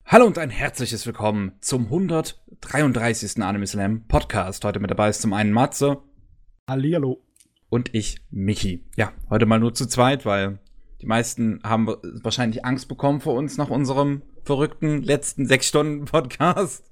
Hallo und ein herzliches Willkommen zum 133. Anime Slam Podcast. Heute mit dabei ist zum einen Matze. Hallihallo. Und ich, Michi. Ja, heute mal nur zu zweit, weil die meisten haben wahrscheinlich Angst bekommen vor uns nach unserem verrückten letzten 6-Stunden-Podcast.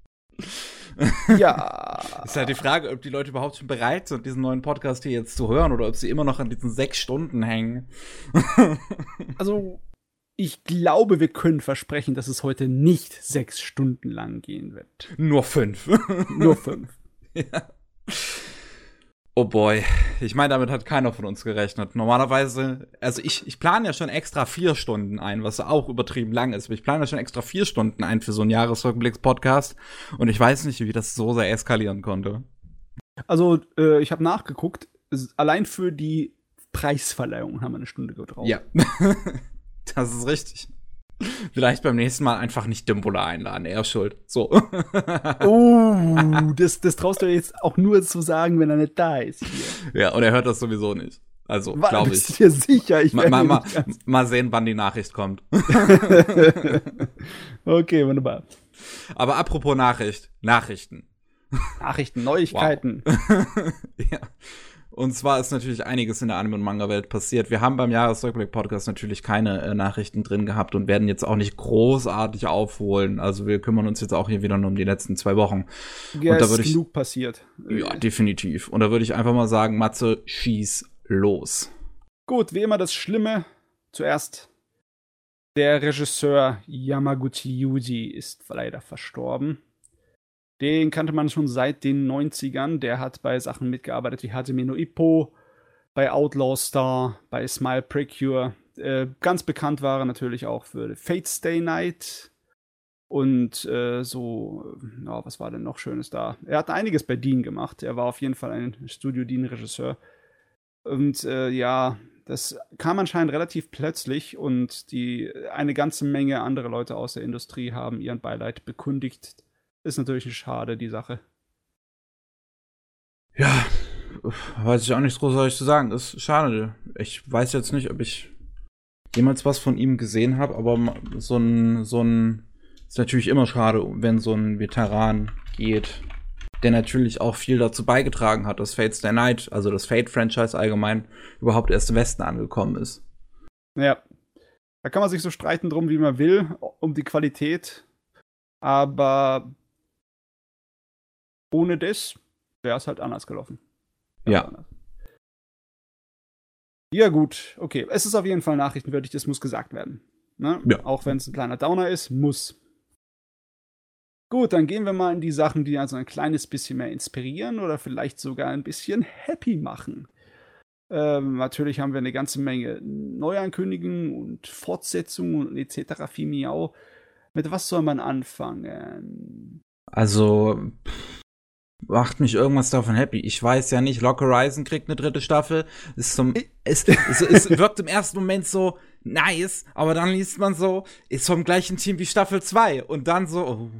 Ja. Ist halt die Frage, ob die Leute überhaupt schon bereit sind, diesen neuen Podcast hier jetzt zu hören oder ob sie immer noch an diesen 6 Stunden hängen. Also, ich glaube, wir können versprechen, dass es heute nicht 6 Stunden lang gehen wird. Nur 5. Nur 5. Ja. Oh boy. Ich meine, damit hat keiner von uns gerechnet. Normalerweise, also ich plane ja schon extra 4 Stunden ein, was auch übertrieben lang ist. Aber ich plane ja schon extra 4 Stunden ein für so einen Jahresrückblicks-Podcast. Und ich weiß nicht, wie das so sehr eskalieren konnte. Also, ich habe nachgeguckt. Allein für die Preisverleihung haben wir eine Stunde gebraucht. Ja. Das ist richtig. Vielleicht beim nächsten Mal einfach nicht Dimbola einladen, er ist schuld. So. Das traust du jetzt auch nur zu sagen, wenn er nicht da ist hier. Ja, und er hört das sowieso nicht. Also, glaube ich. Bist du dir sicher? Mal sehen, wann die Nachricht kommt. Okay, wunderbar. Aber apropos Nachrichten, Neuigkeiten. Wow. Ja. Und zwar ist natürlich einiges in der Anime- und Manga-Welt passiert. Wir haben beim Jahresrückblick-Podcast natürlich keine Nachrichten drin gehabt und werden jetzt auch nicht großartig aufholen. Also wir kümmern uns jetzt auch hier wieder nur um die letzten 2 Wochen. Ja, und da ist genug passiert. Ja, definitiv. Und da würde ich einfach mal sagen, Matze, schieß los. Gut, wie immer das Schlimme. Zuerst, der Regisseur Yamaguchi Yuji ist leider verstorben. Den kannte man schon seit den 90ern. Der hat bei Sachen mitgearbeitet wie Hajime no Ippo, bei Outlaw Star, bei Smile Precure. Ganz bekannt war er natürlich auch für Fate Stay Night. Und was war denn noch Schönes da? Er hat einiges bei Dean gemacht. Er war auf jeden Fall ein Studio Dean-Regisseur. Und das kam anscheinend relativ plötzlich und eine ganze Menge andere Leute aus der Industrie haben ihren Beileid bekundigt. Ist natürlich schade, die Sache. Ja, weiß ich auch nichts großartig zu sagen. Ist schade. Ich weiß jetzt nicht, ob ich jemals was von ihm gesehen habe, aber so ein ist natürlich immer schade, wenn so ein Veteran geht, der natürlich auch viel dazu beigetragen hat, dass Fate Stay Night, also das Fate-Franchise allgemein, überhaupt erst im Westen angekommen ist. Ja. Da kann man sich so streiten drum, wie man will, um die Qualität. Aber ohne das wäre es halt anders gelaufen. Ja. Anders. Ja, gut, okay. Es ist auf jeden Fall nachrichtenwürdig, das muss gesagt werden. Ne? Ja. Auch wenn es ein kleiner Downer ist, muss. Gut, dann gehen wir mal in die Sachen, die also ein kleines bisschen mehr inspirieren oder vielleicht sogar ein bisschen happy machen. Natürlich haben wir eine ganze Menge Neuankündigungen und Fortsetzungen und etc. Miau. Mit was soll man anfangen? Also macht mich irgendwas davon happy. Ich weiß ja nicht, Lock Horizon kriegt eine 3. Staffel. Es wirkt im ersten Moment so nice, aber dann liest man so, ist vom gleichen Team wie Staffel 2 und dann so, oh.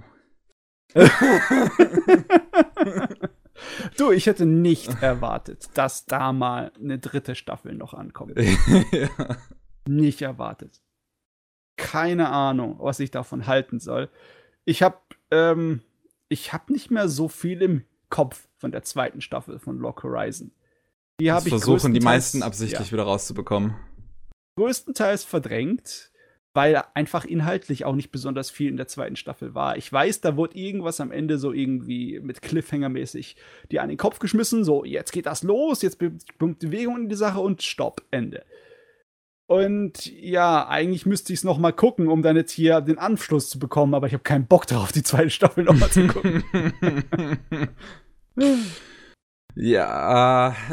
Du, ich hätte nicht erwartet, dass da mal eine 3. Staffel noch ankommt. Ja. Nicht erwartet. Keine Ahnung, was ich davon halten soll. Ich hab nicht mehr so viel im Kopf von der 2. Staffel von Lock Horizon. Das versuchen die meisten absichtlich wieder rauszubekommen. Größtenteils verdrängt, weil einfach inhaltlich auch nicht besonders viel in der 2. Staffel war. Ich weiß, da wurde irgendwas am Ende so irgendwie mit Cliffhanger-mäßig dir an den Kopf geschmissen, so, jetzt geht das los, jetzt kommt Bewegung in die Sache und Stopp, Ende. Und ja, eigentlich müsste ich es noch mal gucken, um dann jetzt hier den Anschluss zu bekommen, aber ich habe keinen Bock drauf, die 2. Staffel noch mal zu gucken. Ja,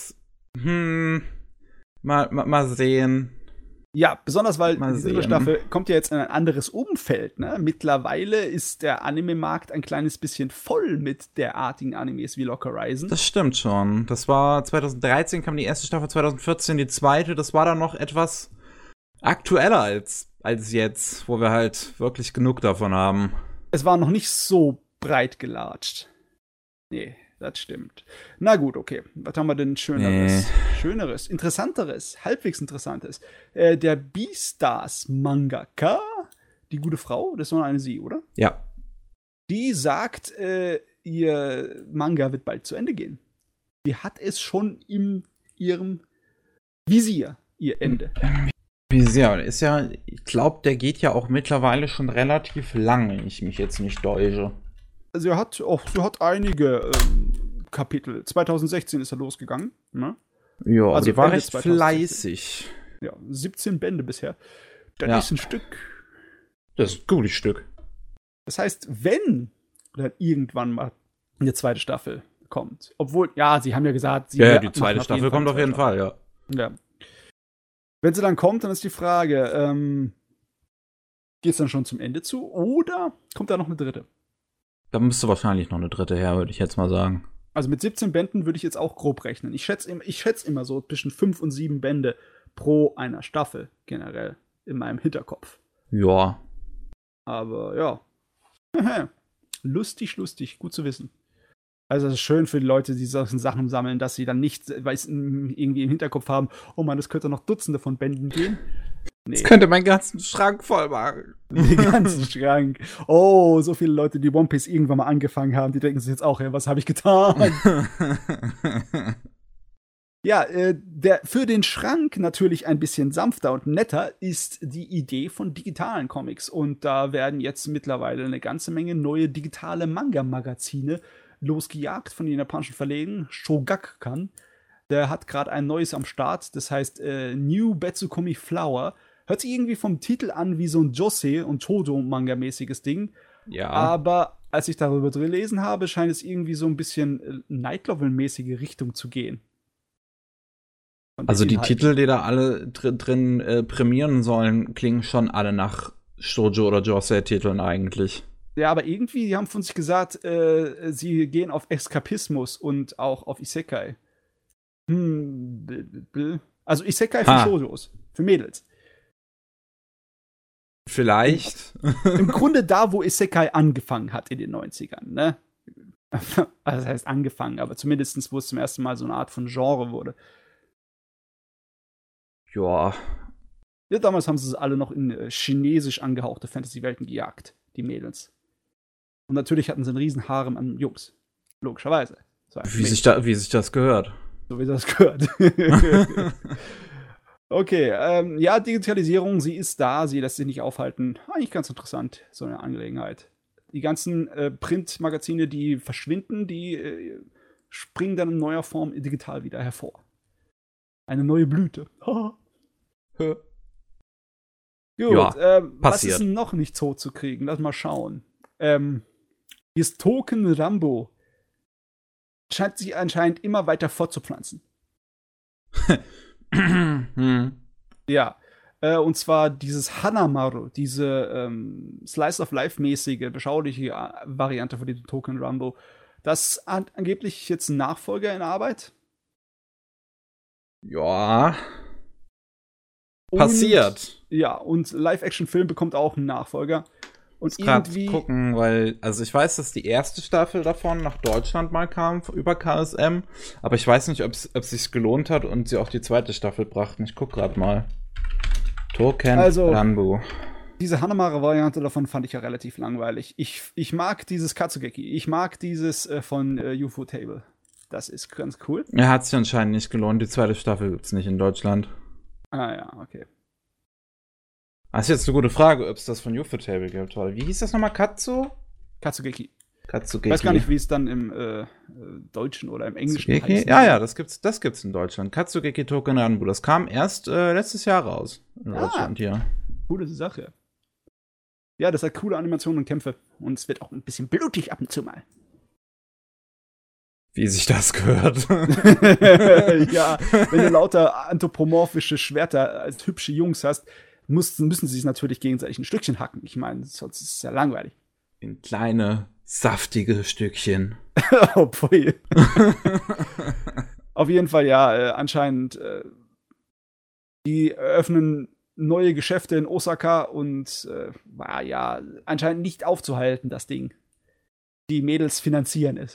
mal sehen. Ja, besonders weil die 7. Staffel kommt ja jetzt in ein anderes Umfeld. Ne? Mittlerweile ist der Anime-Markt ein kleines bisschen voll mit derartigen Animes wie Lock Horizon. Das stimmt schon. Das war 2013 kam die 1. Staffel, 2014 die 2. Das war dann noch etwas aktueller als jetzt, wo wir halt wirklich genug davon haben. Es war noch nicht so breit gelatscht. Nee, das stimmt. Na gut, okay. Was haben wir denn Schöneres? Schöneres, Interessanteres, halbwegs Interessantes. Der Beastars Mangaka, die gute Frau, das ist nur eine sie, oder? Ja. Die sagt, ihr Manga wird bald zu Ende gehen. Sie hat es schon in ihrem Visier, ihr Ende. Ja, ist ja, ich glaube, der geht ja auch mittlerweile schon relativ lang, wenn ich mich jetzt nicht täusche. Sie hat einige Kapitel. 2016 ist er losgegangen. Ne? Ja, also die war Ende recht 2016. fleißig. Ja, 17 Bände bisher. Das Ja. ist ein Stück. Das ist ein gutes Stück. Das heißt, wenn dann irgendwann mal eine zweite Staffel kommt, obwohl, ja, sie haben ja gesagt, Ja, die zweite Staffel kommt auf jeden Fall, ja. Ja. Wenn sie dann kommt, dann ist die Frage, geht es dann schon zum Ende zu oder kommt da noch eine dritte? Da müsste wahrscheinlich noch eine dritte her, würde ich jetzt mal sagen. Also mit 17 Bänden würde ich jetzt auch grob rechnen. Ich schätze immer so zwischen 5 und 7 Bände pro einer Staffel generell in meinem Hinterkopf. Ja. Aber ja. Lustig, gut zu wissen. Also es ist schön für die Leute, die solchen Sachen sammeln, dass sie dann nicht irgendwie im Hinterkopf haben, oh Mann, es könnte noch Dutzende von Bänden gehen. Nee. Das könnte meinen ganzen Schrank voll machen. Den ganzen Schrank. Oh, so viele Leute, die One Piece irgendwann mal angefangen haben, die denken sich jetzt auch, ja, was habe ich getan? Ja, für den Schrank natürlich ein bisschen sanfter und netter ist die Idee von digitalen Comics. Und da werden jetzt mittlerweile eine ganze Menge neue digitale Manga-Magazine losgejagt von den japanischen Verlegen. Shogakukan, der hat gerade ein neues am Start, das heißt New Betsukomi Flower. Hört sich irgendwie vom Titel an wie so ein Josei- und Todo-Manga-mäßiges Ding. Ja. Aber als ich darüber gelesen habe, scheint es irgendwie so ein bisschen Night-Novel-mäßige Richtung zu gehen. Also die Titel, die da alle drin prämieren sollen, klingen schon alle nach Shoujo- oder Josei-Titeln eigentlich. Ja, aber irgendwie, die haben von sich gesagt, sie gehen auf Eskapismus und auch auf Isekai. Also Isekai für Shoujos, für Mädels. Vielleicht. Im Grunde da, wo Isekai angefangen hat in den 90ern, ne? Also das heißt angefangen, aber zumindest, wo es zum ersten Mal so eine Art von Genre wurde. Ja. Ja, damals haben sie es alle noch in chinesisch angehauchte Fantasy-Welten gejagt, die Mädels. Und natürlich hatten sie einen riesen Harem an Jungs. Logischerweise. Wie sich das gehört. So wie das gehört. Okay, ja, Digitalisierung, sie ist da, sie lässt sich nicht aufhalten. Eigentlich ganz interessant, so eine Angelegenheit. Die ganzen Printmagazine, die verschwinden, die springen dann in neuer Form digital wieder hervor. Eine neue Blüte. Gut, ja, was ist denn noch nicht tot zu kriegen? Lass mal schauen. Dieses Token Rambo scheint sich anscheinend immer weiter fortzupflanzen. Ja, und zwar dieses Hanamaru, diese Slice-of-Life-mäßige, beschauliche Variante von diesem Token Rambo. Das hat angeblich jetzt ein Nachfolger in Arbeit. Ja. Passiert. Ja, und Live-Action-Film bekommt auch einen Nachfolger. Und irgendwie gucken, weil, also ich weiß, dass die erste Staffel davon nach Deutschland mal kam über KSM, aber ich weiß nicht, ob es sich gelohnt hat und sie auch die zweite Staffel brachten. Ich guck gerade mal. Token Rambo. Diese Hanamaru-Variante davon fand ich ja relativ langweilig. Ich mag dieses Katsugeki. Ich mag dieses von UFO-Table. Das ist ganz cool. Er hat sich anscheinend nicht gelohnt. Die zweite Staffel gibt's nicht in Deutschland. Ah ja, okay. Das ist jetzt eine gute Frage, ob es das von UFO-Table gibt. Wie hieß das nochmal? Katsugeki. Ich weiß gar nicht, wie es dann im Deutschen oder im Englischen heißt. Ja, das gibt's in Deutschland. Katsugeki Token Ranbu. Das kam erst letztes Jahr raus in Deutschland hier. Coole Sache. Ja, das hat coole Animationen und Kämpfe. Und es wird auch ein bisschen blutig ab und zu mal. Wie sich das gehört. Ja, wenn du lauter anthropomorphische Schwerter als hübsche Jungs hast, müssen sie sich natürlich gegenseitig ein Stückchen hacken. Ich meine, sonst ist es ja langweilig. In kleine, saftige Stückchen. Oh, boy. Auf jeden Fall, ja, anscheinend die eröffnen neue Geschäfte in Osaka und war ja anscheinend nicht aufzuhalten, das Ding. Die Mädels finanzieren es.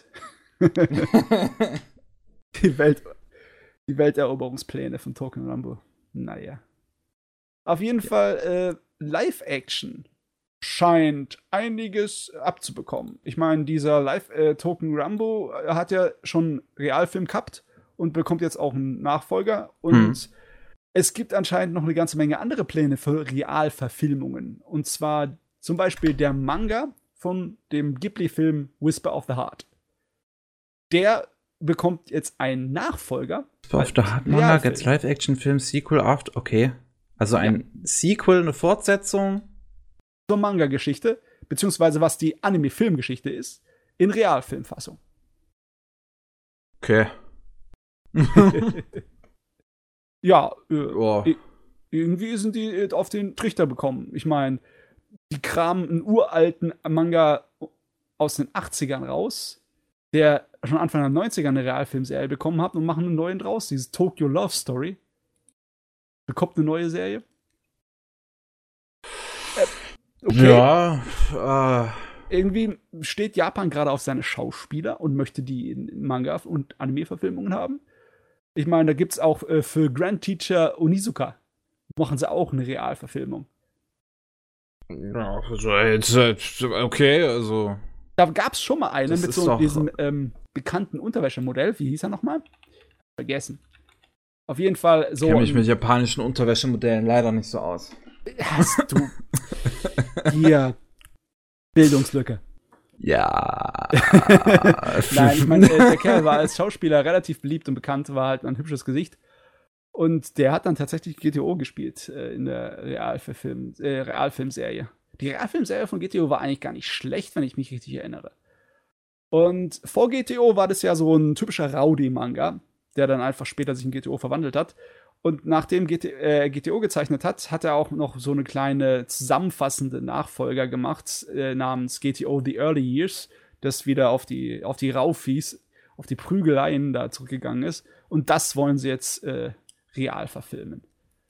Die Welteroberungspläne von Token Rambo. Naja. Auf jeden Fall Live-Action scheint einiges abzubekommen. Ich meine, dieser Live-Token Rambo hat ja schon einen Realfilm gehabt und bekommt jetzt auch einen Nachfolger. Und es gibt anscheinend noch eine ganze Menge andere Pläne für Realverfilmungen. Und zwar zum Beispiel der Manga von dem Ghibli-Film Whisper of the Heart. Der bekommt jetzt einen Nachfolger. Whisper of the Heart Manga gets Live-Action-Film Sequel after. Okay. Also ein Sequel, eine Fortsetzung zur Manga-Geschichte, beziehungsweise was die Anime-Filmgeschichte ist, in Realfilmfassung. Okay. Ja, irgendwie sind die auf den Trichter bekommen. Ich meine, die kramen einen uralten Manga aus den 80ern raus, der schon Anfang der 90er eine Realfilmserie bekommen hat und machen einen neuen draus, dieses Tokyo Love Story. Bekommt eine neue Serie. Okay. Ja. Irgendwie steht Japan gerade auf seine Schauspieler und möchte die in Manga- und Anime-Verfilmungen haben. Ich meine, da gibt's auch für Grand Teacher Onizuka machen sie auch eine Realverfilmung. Ja, also jetzt, okay, also. Da gab's schon mal eine mit so doch diesem bekannten Unterwäschemodell. Wie hieß er nochmal? Vergessen. Auf jeden Fall so. Ich kenne mich mit japanischen Unterwäschemodellen leider nicht so aus. Hast du. Hier. Bildungslücke. Ja. Nein, ich meine, der Kerl war als Schauspieler relativ beliebt und bekannt, war halt ein hübsches Gesicht. Und der hat dann tatsächlich GTO gespielt in der Realfilmserie. Die Realfilmserie von GTO war eigentlich gar nicht schlecht, wenn ich mich richtig erinnere. Und vor GTO war das ja so ein typischer Rowdy-Manga, der dann einfach später sich in GTO verwandelt hat. Und nachdem GTO gezeichnet hat, hat er auch noch so eine kleine zusammenfassende Nachfolger gemacht, namens GTO The Early Years, das wieder auf die Raufis, auf die Prügeleien da zurückgegangen ist. Und das wollen sie jetzt real verfilmen.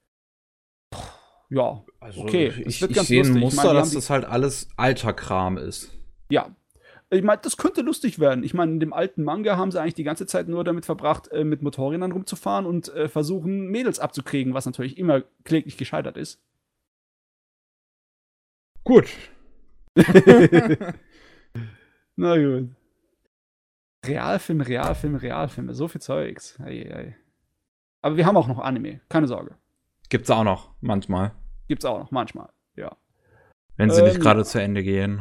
Ja, also okay. Ich sehe ein Muster, dass das halt alles alter Kram ist. Ja. Ich meine, das könnte lustig werden. Ich meine, in dem alten Manga haben sie eigentlich die ganze Zeit nur damit verbracht, mit Motorrädern rumzufahren und versuchen, Mädels abzukriegen, was natürlich immer kläglich gescheitert ist. Gut. Na gut. Realfilme, so viel Zeugs. Ei. Aber wir haben auch noch Anime, keine Sorge. Gibt's auch noch, manchmal. Gibt's auch noch, manchmal, ja. Wenn sie nicht gerade zu Ende gehen.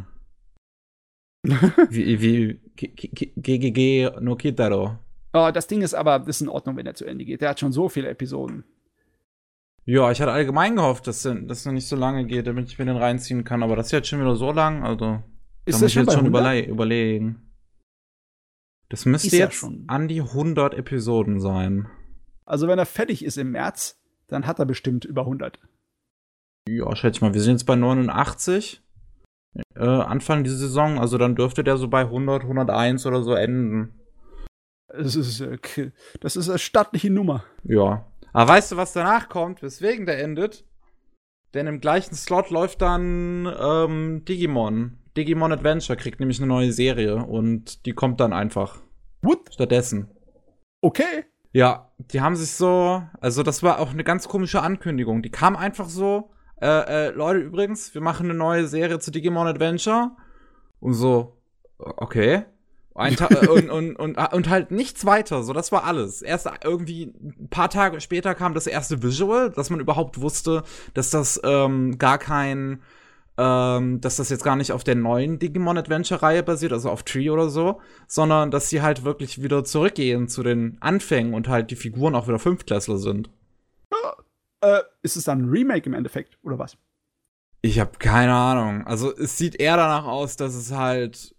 wie GGG no Kitaro. Oh, das Ding ist aber, das ist in Ordnung, wenn er zu Ende geht. Der hat schon so viele Episoden. Ja, ich hatte allgemein gehofft, dass er nicht so lange geht, damit ich mir den reinziehen kann. Aber das ist jetzt schon wieder so lang, also ist da muss ich jetzt schon 100? überlegen. Das müsste jetzt an die 100 Episoden sein. Also wenn er fertig ist im März, dann hat er bestimmt über 100. Ja, schätze ich mal. Wir sind jetzt bei 89. Anfang dieser Saison, also dann dürfte der so bei 100, 101 oder so enden. Das ist eine stattliche Nummer. Ja. Aber weißt du, was danach kommt, weswegen der endet? Denn im gleichen Slot läuft dann Digimon. Digimon Adventure kriegt nämlich eine neue Serie und die kommt dann einfach. What? Stattdessen. Okay. Ja, die haben sich so, also das war auch eine ganz komische Ankündigung. Die kam einfach so, Leute, übrigens, wir machen eine neue Serie zu Digimon Adventure. Und so, okay. Und halt nichts weiter, so, das war alles. Erst irgendwie ein paar Tage später kam das erste Visual, dass man überhaupt wusste, dass das dass das jetzt gar nicht auf der neuen Digimon Adventure-Reihe basiert, also auf Tree oder so, sondern dass sie halt wirklich wieder zurückgehen zu den Anfängen und halt die Figuren auch wieder Fünftklässler sind. Ist es dann ein Remake im Endeffekt, oder was? Ich habe keine Ahnung. Also es sieht eher danach aus, dass es halt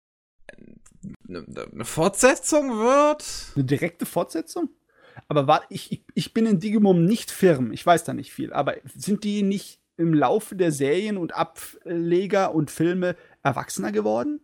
eine Fortsetzung wird. Eine direkte Fortsetzung? Aber ich bin in Digimon nicht firm, ich weiß da nicht viel, aber sind die nicht im Laufe der Serien und Ableger und Filme erwachsener geworden?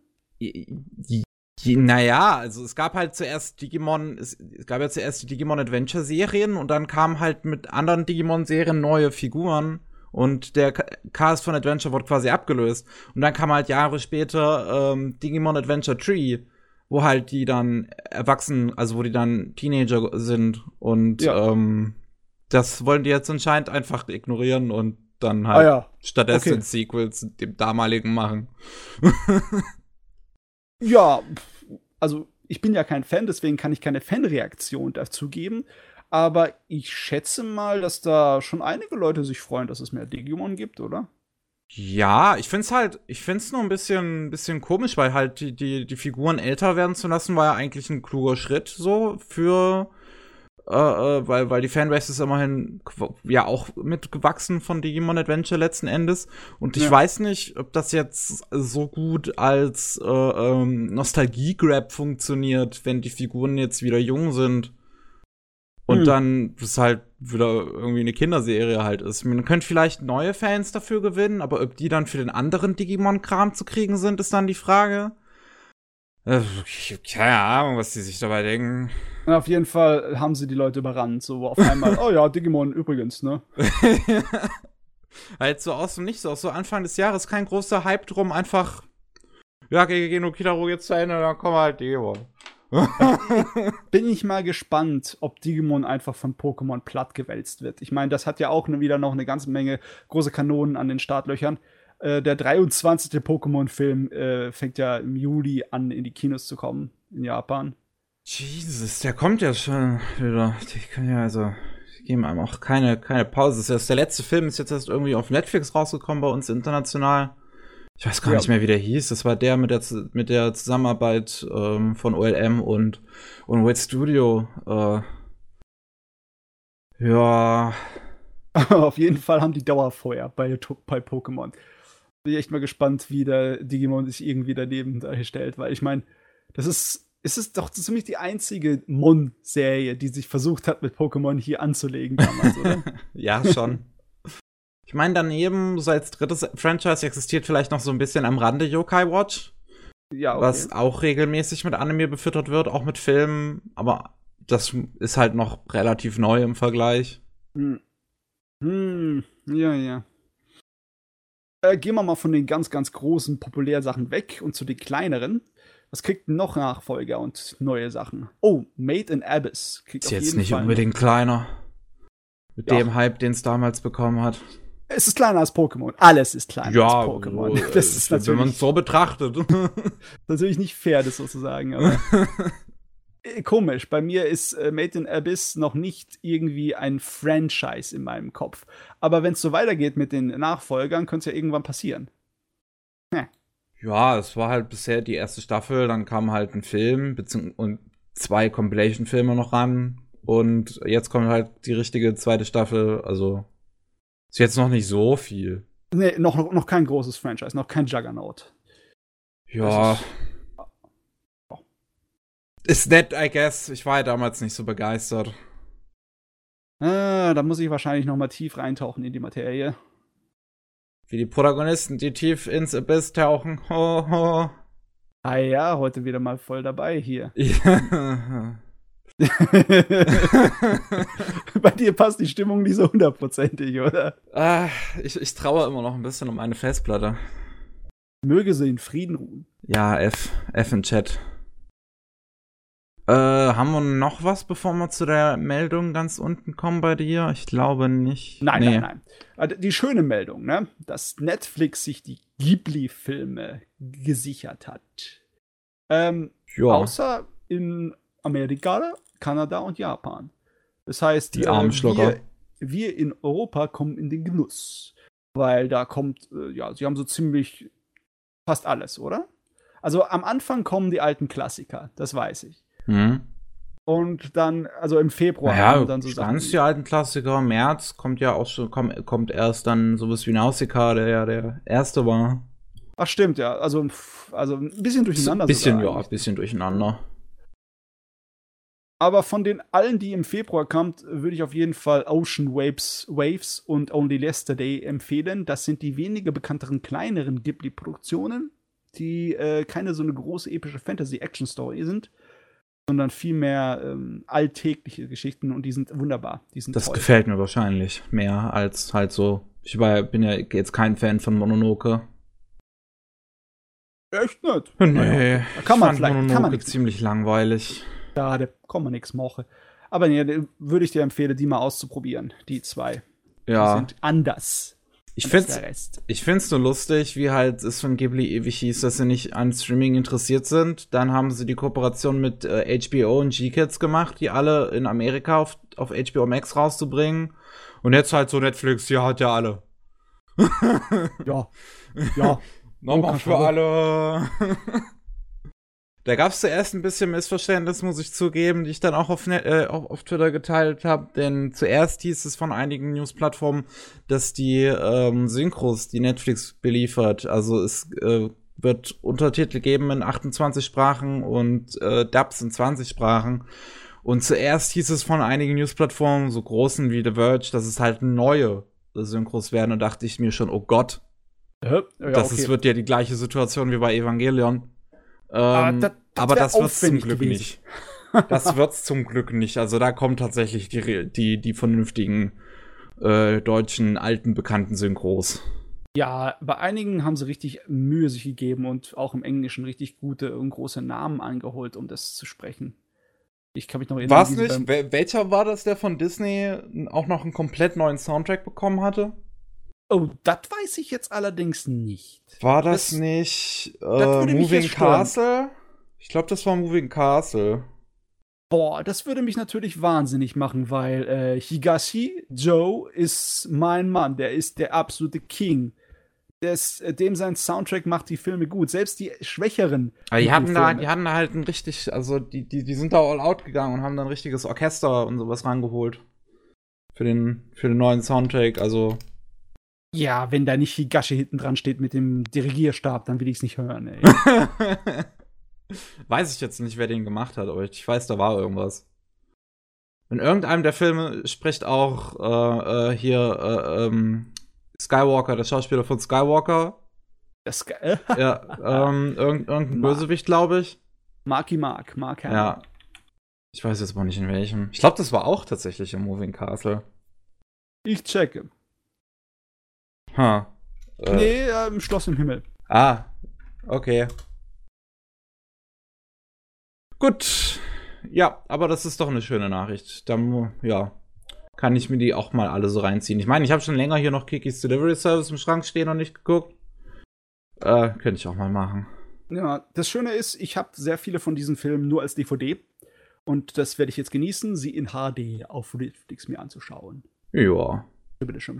Naja, also es gab halt zuerst die Digimon Adventure Serien und dann kamen halt mit anderen Digimon Serien neue Figuren und der Cast von Adventure wurde quasi abgelöst und dann kam halt Jahre später Digimon Adventure Tree, wo halt die dann erwachsen, also wo die dann Teenager sind und das wollen die jetzt anscheinend einfach ignorieren und dann halt stattdessen Okay. Sequels dem damaligen machen. Ja, also ich bin ja kein Fan, deswegen kann ich keine Fanreaktion dazu geben. Aber ich schätze mal, dass da schon einige Leute sich freuen, dass es mehr Digimon gibt, oder? Ja, ich find's nur ein bisschen komisch, weil halt die Figuren älter werden zu lassen, war ja eigentlich ein kluger Schritt so für, weil die Fanbase ist immerhin ja auch mitgewachsen von Digimon Adventure letzten Endes. Und ich weiß nicht, ob das jetzt so gut als Nostalgie-Grab funktioniert, wenn die Figuren jetzt wieder jung sind. Und dann ist halt wieder irgendwie eine Kinderserie halt ist. Man könnte vielleicht neue Fans dafür gewinnen, aber ob die dann für den anderen Digimon-Kram zu kriegen sind, ist dann die Frage. Keine Ahnung, was die sich dabei denken. Und auf jeden Fall haben sie die Leute überrannt. So auf einmal, oh ja, Digimon übrigens, ne? Halt so aus dem Nichts, auch so Anfang des Jahres kein großer Hype drum, einfach ja, Gegege no Kitaro jetzt zu Ende, dann kommen halt Digimon. Bin ich mal gespannt, ob Digimon einfach von Pokémon plattgewälzt wird. Ich meine, das hat ja auch wieder noch eine ganze Menge große Kanonen an den Startlöchern. Der 23. Pokémon-Film fängt ja im Juli an, in die Kinos zu kommen, in Japan. Jesus, der kommt ja schon wieder. Die können ja die geben einem auch keine Pause. Das ist erst der letzte Film, ist jetzt erst irgendwie auf Netflix rausgekommen bei uns international. Ich weiß gar nicht mehr, wie der hieß. Das war der mit der Zusammenarbeit von OLM und Wet Studio. Ja. Auf jeden Fall haben die Dauerfeuer bei Pokémon. Bin ich echt mal gespannt, wie der Digimon sich irgendwie daneben darstellt, weil ich meine, es ist doch ziemlich die einzige Mon-Serie, die sich versucht hat, mit Pokémon hier anzulegen damals, oder? Ja, schon. Ich meine, daneben, so als drittes Franchise existiert vielleicht noch so ein bisschen am Rande Yokai Watch. Ja, okay. Was auch regelmäßig mit Anime befüttert wird, auch mit Filmen. Aber das ist halt noch relativ neu im Vergleich. Ja. Gehen wir mal von den ganz, ganz großen Populärsachen weg und zu den kleineren. Was kriegt noch Nachfolger und neue Sachen? Oh, Made in Abyss. Ist jetzt nicht unbedingt kleiner. Mit dem Hype, den es damals bekommen hat. Es ist kleiner als Pokémon. Alles ist kleiner als Pokémon. Das ist natürlich, wenn man es so betrachtet. Natürlich nicht fair, das sozusagen. Aber komisch. Bei mir ist Made in Abyss noch nicht irgendwie ein Franchise in meinem Kopf. Aber wenn es so weitergeht mit den Nachfolgern, könnte es ja irgendwann passieren. Ja, es war halt bisher die erste Staffel. Dann kam halt ein Film und 2 Compilation-Filme noch ran. Und jetzt kommt halt die richtige zweite Staffel. Also ist jetzt noch nicht so viel. Nee, noch kein großes Franchise, noch kein Juggernaut. Ja. Ist nett, I guess. Ich war ja damals nicht so begeistert. Da muss ich wahrscheinlich noch mal tief reintauchen in die Materie. Wie die Protagonisten, die tief ins Abyss tauchen. Ho, ho. Ah ja, heute wieder mal voll dabei hier. Ja. Bei dir passt die Stimmung nicht so 100%ig, oder? Ich traue immer noch ein bisschen um meine Festplatte. Möge sie in Frieden ruhen. Ja, F im Chat. Haben wir noch was, bevor wir zu der Meldung ganz unten kommen bei dir? Ich glaube nicht. Nein. Also die schöne Meldung, ne? Dass Netflix sich die Ghibli-Filme gesichert hat. Außer in Amerika, Kanada und Japan. Das heißt, die Armschlucker. Wir in Europa kommen in den Genuss. Weil da kommt, sie haben so ziemlich fast alles, oder? Also am Anfang kommen die alten Klassiker, das weiß ich. Und dann, also im Februar haben dann so Sachen. Ganz die alten Klassiker. Im März kommt ja auch schon, kommt erst dann sowas wie Nausicaa, der ja der erste war. Ach, stimmt, ja. Also ein bisschen durcheinander. Ein bisschen durcheinander. Aber von den allen, die im Februar kamen, würde ich auf jeden Fall Ocean Waves und Only Yesterday empfehlen. Das sind die weniger bekannteren, kleineren Ghibli-Produktionen, die keine so eine große epische Fantasy-Action-Story sind, sondern viel mehr alltägliche Geschichten und die sind wunderbar. Das toll. Gefällt mir wahrscheinlich mehr als halt so. Ich bin ja jetzt kein Fan von Mononoke. Echt nicht? Nee, kann man Mononoke ziemlich langweilig. Ja, da kann man nichts machen. Aber nee, würde ich dir empfehlen, die mal auszuprobieren, die 2. Ja. Die sind anders. Ich find's nur lustig, wie halt es von Ghibli ewig hieß, dass sie nicht an Streaming interessiert sind. Dann haben sie die Kooperation mit HBO und G-Kids gemacht, die alle in Amerika auf HBO Max rauszubringen. Und jetzt halt so Netflix, ja, hat ja alle. Ja. Nochmal für alle. Da gab es zuerst ein bisschen Missverständnis, muss ich zugeben, die ich dann auch auf Twitter geteilt habe. Denn zuerst hieß es von einigen News-Plattformen, dass die Synchros, die Netflix beliefert, also es wird Untertitel geben in 28 Sprachen und Dubs in 20 Sprachen. Und zuerst hieß es von einigen News-Plattformen, so großen wie The Verge, dass es halt neue Synchros werden. Und dachte ich mir schon, oh Gott, wird ja die gleiche Situation wie bei Evangelion. Aber das wird's zum Glück nicht. Das wird's zum Glück nicht. Also da kommen tatsächlich die vernünftigen deutschen, alten, bekannten Synchros. Ja, bei einigen haben sie richtig Mühe sich gegeben und auch im Englischen richtig gute und große Namen angeholt, um das zu sprechen. Ich kann mich noch erinnern. War's nicht? Welcher war das, der von Disney auch noch einen komplett neuen Soundtrack bekommen hatte? Oh, das weiß ich jetzt allerdings nicht. War das nicht Moving Castle? Ich glaube, das war Moving Castle. Boah, das würde mich natürlich wahnsinnig machen, weil Higashi Joe ist mein Mann. Der ist der absolute King. Dem sein Soundtrack macht die Filme gut. Selbst die schwächeren. Aber die hatten da halt ein richtig, also die sind da all out gegangen und haben dann ein richtiges Orchester und sowas rangeholt. Für den neuen Soundtrack, also. Ja, wenn da nicht Higashi hinten dran steht mit dem Dirigierstab, dann will ich es nicht hören, ey. Weiß ich jetzt nicht, wer den gemacht hat, aber ich weiß, da war irgendwas. In irgendeinem der Filme spricht auch Skywalker, der Schauspieler von Skywalker. Irgendein Bösewicht, glaube ich. Mark Hamill. Ja. Ich weiß jetzt mal nicht in welchem. Ich glaube, das war auch tatsächlich im Moving Castle. Ich checke. Nee, im Schloss im Himmel. Ah, okay. Gut. Ja, aber das ist doch eine schöne Nachricht. Dann, ja, kann ich mir die auch mal alle so reinziehen. Ich meine, ich habe schon länger hier noch Kikis Delivery Service im Schrank stehen und nicht geguckt. Könnte ich auch mal machen. Ja, das Schöne ist, ich habe sehr viele von diesen Filmen nur als DVD. Und das werde ich jetzt genießen, sie in HD auf Netflix mir anzuschauen. Ja. Bitte schön.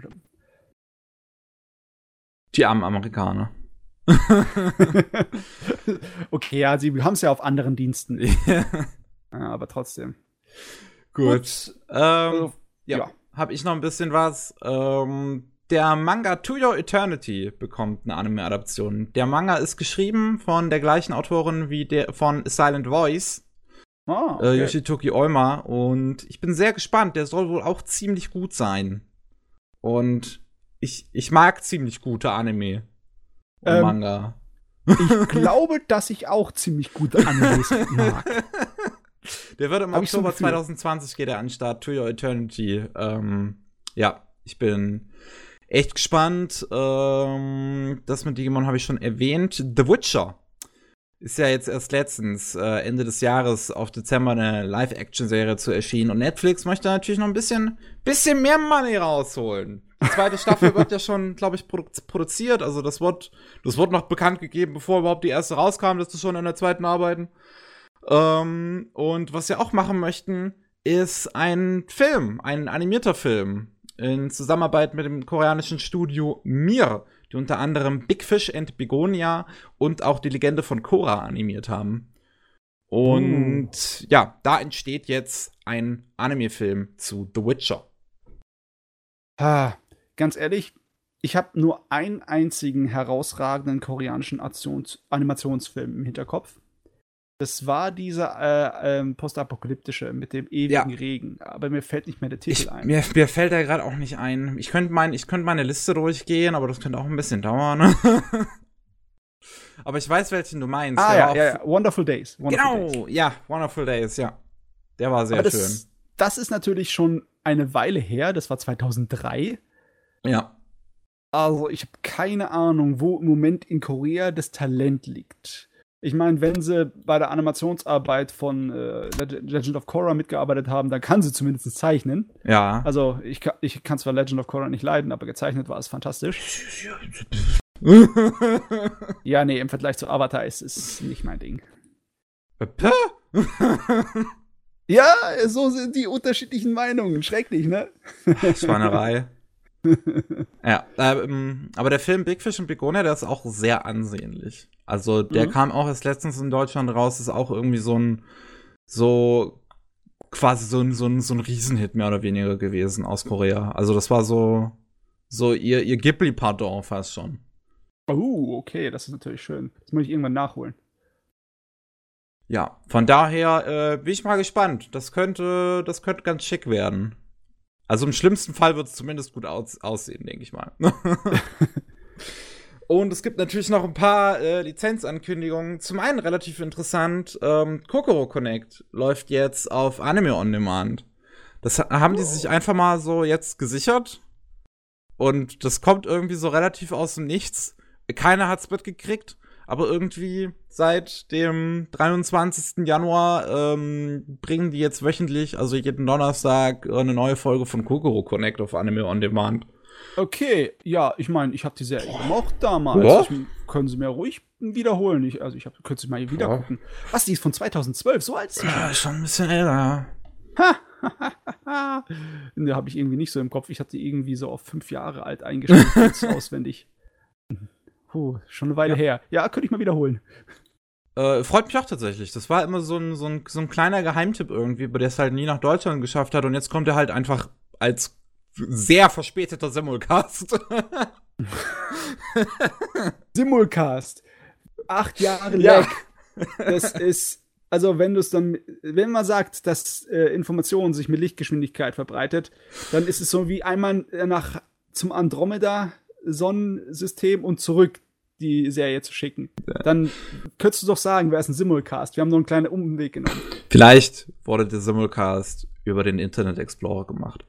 Die armen Amerikaner. Okay, ja, sie haben es ja auf anderen Diensten. Ja, aber trotzdem. Gut. Ja, habe ich noch ein bisschen was. Der Manga To Your Eternity bekommt eine Anime-Adaption. Der Manga ist geschrieben von der gleichen Autorin wie der von A Silent Voice. Okay. Yoshitoki Oima. Und ich bin sehr gespannt. Der soll wohl auch ziemlich gut sein. Und ich mag ziemlich gute Anime und Manga. Ich glaube, dass ich auch ziemlich gute Animes mag. Der wird im Oktober 2020 geht er an den Start, To Your Eternity. Ja, ich bin echt gespannt. Das mit Digimon habe ich schon erwähnt. The Witcher ist ja jetzt erst letztens, Ende des Jahres, auf Dezember eine Live-Action-Serie zu erschienen. Und Netflix möchte natürlich noch ein bisschen mehr Money rausholen. Die zweite Staffel wird ja schon, glaube ich, produziert. Also das wird noch bekannt gegeben, bevor überhaupt die erste rauskam, dass sie schon an der zweiten arbeiten. Und was sie auch machen möchten, ist ein animierter Film in Zusammenarbeit mit dem koreanischen Studio Mir, die unter anderem Big Fish and Begonia und auch die Legende von Korra animiert haben. Und ja, da entsteht jetzt ein Anime-Film zu The Witcher. Ganz ehrlich, ich habe nur einen einzigen herausragenden koreanischen Animationsfilm im Hinterkopf. Das war dieser postapokalyptische mit dem ewigen Regen. Aber mir fällt nicht mehr der Titel ein. Mir fällt der gerade auch nicht ein. Ich könnte meine Liste durchgehen, aber das könnte auch ein bisschen dauern. Aber ich weiß, welchen du meinst. Ja. Wonderful Days. Wonderful Days, ja. Der war sehr schön. Das ist natürlich schon eine Weile her. Das war 2003. Ja. Also, ich habe keine Ahnung, wo im Moment in Korea das Talent liegt. Ich meine, wenn sie bei der Animationsarbeit von Legend of Korra mitgearbeitet haben, dann kann sie zumindest zeichnen. Ja. Also ich kann zwar Legend of Korra nicht leiden, aber gezeichnet war es fantastisch. Ja, nee, im Vergleich zu Avatar ist es nicht mein Ding. Ja, so sind die unterschiedlichen Meinungen. Schrecklich, ne? Schweinerei. Ja, aber der Film Big Fish and Begonia, der ist auch sehr ansehnlich. Also, der kam auch erst letztens in Deutschland raus, ist auch irgendwie so ein Riesenhit mehr oder weniger gewesen aus Korea. Also, das war so ihr Ghibli-Pardon fast schon. Oh, okay, das ist natürlich schön. Das muss ich irgendwann nachholen. Ja, von daher bin ich mal gespannt. Das könnte ganz schick werden. Also im schlimmsten Fall wird es zumindest gut aussehen, denke ich mal. Und es gibt natürlich noch ein paar Lizenzankündigungen. Zum einen relativ interessant, Kokoro Connect läuft jetzt auf Anime On Demand. Das haben die sich einfach mal so jetzt gesichert. Und das kommt irgendwie so relativ aus dem Nichts. Keiner hat's mitgekriegt. Aber irgendwie seit dem 23. Januar bringen die jetzt wöchentlich, also jeden Donnerstag, eine neue Folge von Kokoro Connect auf Anime On Demand. Okay, ja, ich meine, ich habe die Serie gemocht damals. Ja? Können Sie mir ruhig wiederholen. Könnte sie mal wieder gucken. Was, die ist von 2012, so alt ist die Ja, schon ein bisschen älter. Ne, habe ich irgendwie nicht so im Kopf. Ich hatte die irgendwie so auf 5 Jahre alt eingestellt, jetzt auswendig. Schon eine Weile her. Ja, könnte ich mal wiederholen. Freut mich auch tatsächlich. Das war immer so ein kleiner Geheimtipp irgendwie, der es halt nie nach Deutschland geschafft hat. Und jetzt kommt er halt einfach als sehr verspäteter Simulcast. Simulcast. 8 Jahre Ja. Lag. Das ist, also wenn man sagt, dass Information sich mit Lichtgeschwindigkeit verbreitet, dann ist es so wie einmal zum Andromeda-Sonnensystem und zurück die Serie zu schicken. Dann könntest du doch sagen, wer ist ein Simulcast? Wir haben nur einen kleinen Umweg genommen. Vielleicht wurde der Simulcast über den Internet Explorer gemacht.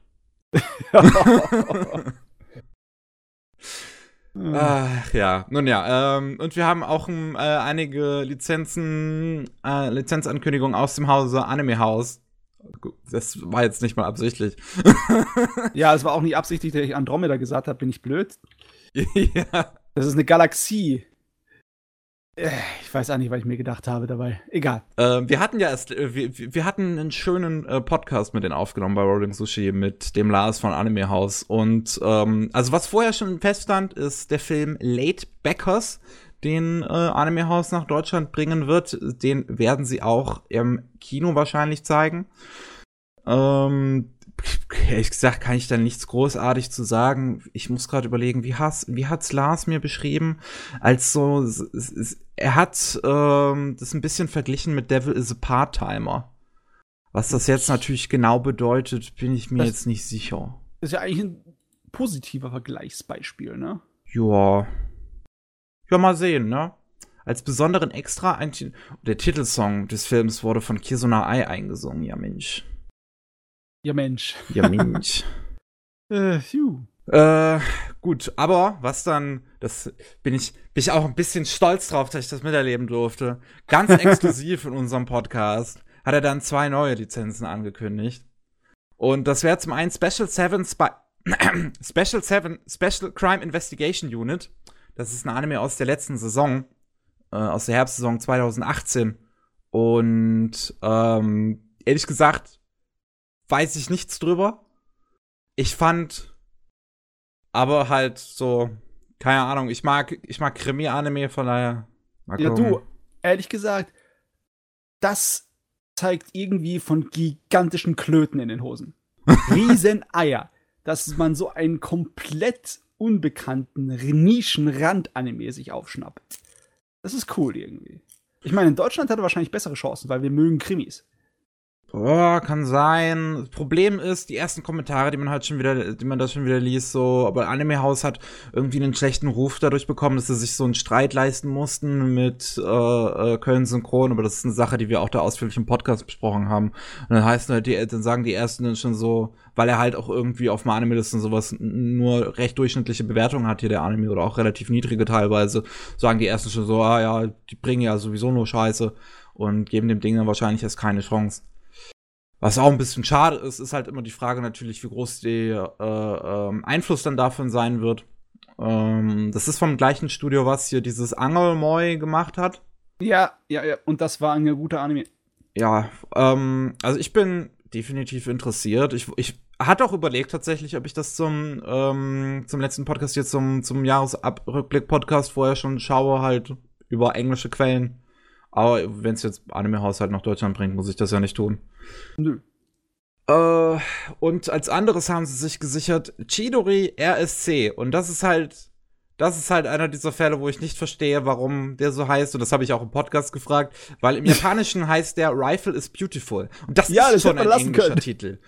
Ach ja, nun ja. Und wir haben auch einige Lizenzankündigungen aus dem Hause Anime House. Das war jetzt nicht mal absichtlich. Ja, es war auch nicht absichtlich, dass ich Andromeda gesagt habe. Bin ich blöd? Ja. Das ist eine Galaxie. Ich weiß auch nicht, was ich mir gedacht habe dabei. Egal. Wir hatten ja wir hatten einen schönen Podcast mit denen aufgenommen bei Rolling Sushi mit dem Lars von Anime House. Und also was vorher schon feststand, ist der Film Late Backers, den Anime House nach Deutschland bringen wird. Den werden sie auch im Kino wahrscheinlich zeigen. Ehrlich gesagt kann ich da nichts großartig zu sagen. Ich muss gerade überlegen, wie hat's Lars mir beschrieben? Als so, er hat das ein bisschen verglichen mit Devil is a Part-Timer. Was das jetzt natürlich genau bedeutet, bin ich mir jetzt nicht sicher. Das ist ja eigentlich ein positiver Vergleichsbeispiel, ne? Ja. Ja, mal sehen, ne? Als besonderen Extra, der Titelsong des Films wurde von Kizuna Ai eingesungen, ja Mensch. Ja, Mensch. Ja, Mensch. Gut, aber was dann, das bin ich auch ein bisschen stolz drauf, dass ich das miterleben durfte. Ganz exklusiv in unserem Podcast hat er dann 2 neue Lizenzen angekündigt. Und das wäre zum einen Special Crime Investigation Unit. Das ist ein Anime aus der letzten Saison, aus der Herbstsaison 2018. Und ehrlich gesagt weiß ich nichts drüber. Ich fand aber halt so, keine Ahnung, ich mag Krimi-Anime, von daher mal Ja, gucken. du, ehrlich gesagt, das zeigt irgendwie von gigantischen Klöten in den Hosen. Riesen Eier. Dass man so einen komplett unbekannten Nischen-Rand-Anime sich aufschnappt. Das ist cool irgendwie. Ich meine, in Deutschland hat er wahrscheinlich bessere Chancen, weil wir mögen Krimis. Oh, kann sein. Das Problem ist, die ersten Kommentare, die man da schon wieder liest, so, aber Anime House hat irgendwie einen schlechten Ruf dadurch bekommen, dass sie sich so einen Streit leisten mussten mit Köln Synchron, aber das ist eine Sache, die wir auch da ausführlich im Podcast besprochen haben. Und dann heißt halt, dann sagen die ersten dann schon so, weil er halt auch irgendwie auf Anime-Listen sowas nur recht durchschnittliche Bewertungen hat hier, der Anime, oder auch relativ niedrige teilweise, sagen die ersten schon so, ah ja, die bringen ja sowieso nur Scheiße und geben dem Ding dann wahrscheinlich erst keine Chance. Was auch ein bisschen schade ist, ist halt immer die Frage natürlich, wie groß der Einfluss dann davon sein wird. Das ist vom gleichen Studio, was hier dieses Angelmoy gemacht hat. Ja. Und das war ein guter Anime. Ja, also ich bin definitiv interessiert. Ich hatte auch überlegt tatsächlich, ob ich das zum letzten Podcast hier zum Jahresrückblick-Podcast vorher schon schaue, halt über englische Quellen. Aber wenn es jetzt Anime-Haushalt nach Deutschland bringt, muss ich das ja nicht tun. Nö. Und als anderes haben sie sich gesichert Chidori RSC. Und das ist halt einer dieser Fälle, wo ich nicht verstehe, warum der so heißt. Und das habe ich auch im Podcast gefragt, weil im Japanischen heißt der Rifle is Beautiful. Und das ist schon ein englischer Titel.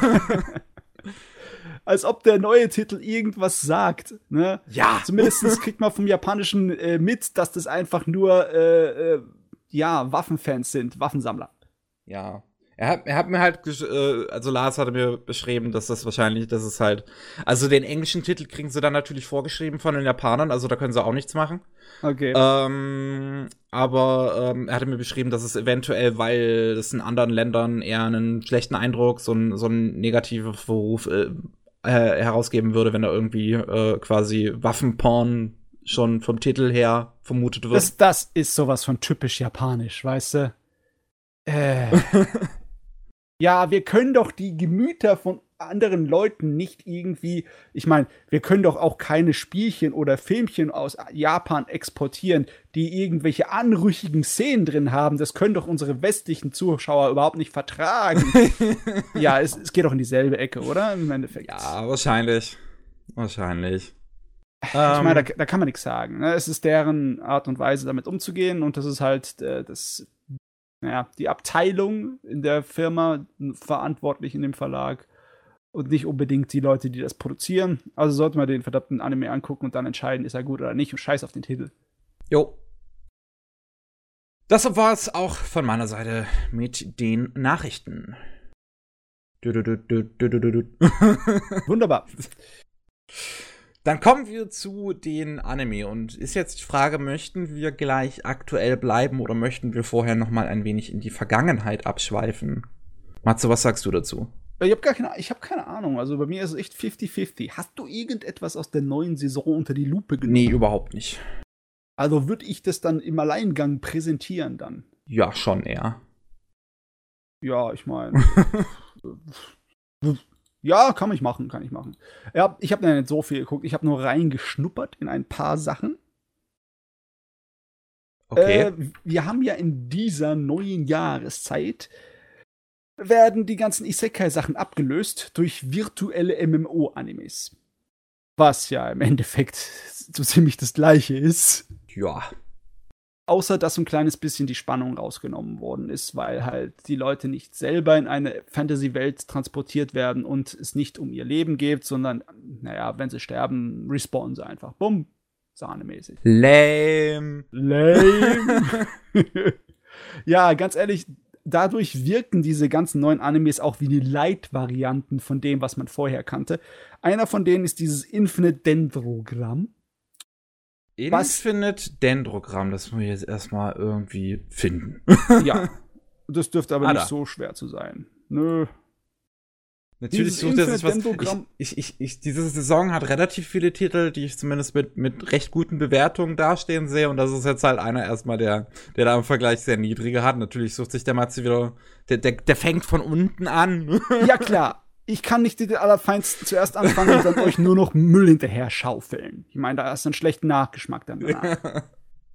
Als ob der neue Titel irgendwas sagt, ne? Ja. Zumindest kriegt man vom Japanischen mit, dass das einfach nur Waffenfans sind, Waffensammler. Ja. Er hat mir halt, also Lars hatte mir beschrieben, dass das ist halt, also den englischen Titel kriegen sie dann natürlich vorgeschrieben von den Japanern, also da können sie auch nichts machen. Okay. Aber er hatte mir beschrieben, dass es eventuell, weil es in anderen Ländern eher einen schlechten Eindruck, so einen negativen Verruf herausgeben würde, wenn da irgendwie quasi Waffenporn schon vom Titel her vermutet wird. Das ist sowas von typisch japanisch, weißt du? Ja, wir können doch die Gemüter von anderen Leuten nicht irgendwie, ich meine, wir können doch auch keine Spielchen oder Filmchen aus Japan exportieren, die irgendwelche anrüchigen Szenen drin haben. Das können doch unsere westlichen Zuschauer überhaupt nicht vertragen. Ja, es geht doch in dieselbe Ecke, oder? Im Endeffekt. Ja, wahrscheinlich. Ich meine, da kann man nichts sagen. Ne? Es ist deren Art und Weise, damit umzugehen, und das ist halt die Abteilung in der Firma verantwortlich in dem Verlag und nicht unbedingt die Leute, die das produzieren. Also sollte man den verdammten Anime angucken und dann entscheiden, ist er gut oder nicht, und scheiß auf den Titel. Jo. Das war es auch von meiner Seite mit den Nachrichten. Wunderbar. Dann kommen wir zu den Anime, und ist jetzt die Frage, möchten wir gleich aktuell bleiben oder möchten wir vorher noch mal ein wenig in die Vergangenheit abschweifen? Matze, was sagst du dazu? Ich habe keine Ahnung. Also bei mir ist es echt 50-50. Hast du irgendetwas aus der neuen Saison unter die Lupe genommen? Nee, überhaupt nicht. Also würde ich das dann im Alleingang präsentieren dann? Ja, schon eher. Ja, ich meine. Ja, kann ich machen. Ja, ich habe nicht so viel geguckt. Ich habe nur reingeschnuppert in ein paar Sachen. Okay. Wir haben ja in dieser neuen Jahreszeit werden die ganzen Isekai-Sachen abgelöst durch virtuelle MMO-Animes. Was ja im Endeffekt so ziemlich das Gleiche ist. Ja. Außer, dass so ein kleines bisschen die Spannung rausgenommen worden ist, weil halt die Leute nicht selber in eine Fantasy-Welt transportiert werden und es nicht um ihr Leben geht, sondern, naja, wenn sie sterben, respawnen sie einfach. Bumm. Sahnemäßig. Lame. Ja, ganz ehrlich, dadurch wirken diese ganzen neuen Animes auch wie die Light-Varianten von dem, was man vorher kannte. Einer von denen ist dieses Infinite Dendrogramm. Infinite Dendrogramm, das muss ich jetzt erstmal irgendwie finden. Ja, das dürfte aber nicht so schwer zu sein. Nö. Natürlich sucht er sich was. Diese Saison hat relativ viele Titel, die ich zumindest mit recht guten Bewertungen dastehen sehe. Und das ist jetzt halt einer erstmal, der da im Vergleich sehr niedrige hat. Natürlich sucht sich der Matze wieder, der fängt von unten an. Ja, klar. Ich kann nicht die Allerfeinsten zuerst anfangen und dann euch nur noch Müll hinterher schaufeln. Ich meine, da ist ein schlechter Nachgeschmack dann danach.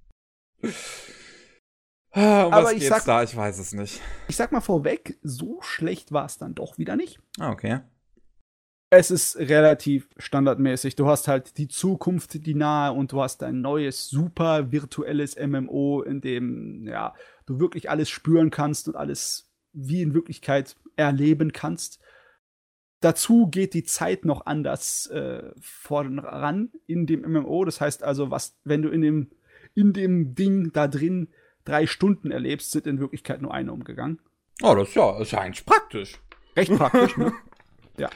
Aber ich weiß es nicht. Ich sag mal vorweg, so schlecht war es dann doch wieder nicht. Ah, okay. Es ist relativ standardmäßig. Du hast halt die Zukunft, die nahe, und du hast ein neues, super virtuelles MMO, in dem, ja, du wirklich alles spüren kannst und alles wie in Wirklichkeit erleben kannst. Dazu geht die Zeit noch anders voran in dem MMO. Das heißt also, wenn du in dem Ding da drin 3 Stunden erlebst, sind in Wirklichkeit nur eine umgegangen. Oh, das ist ja eigentlich praktisch. Recht praktisch, ne? Ja.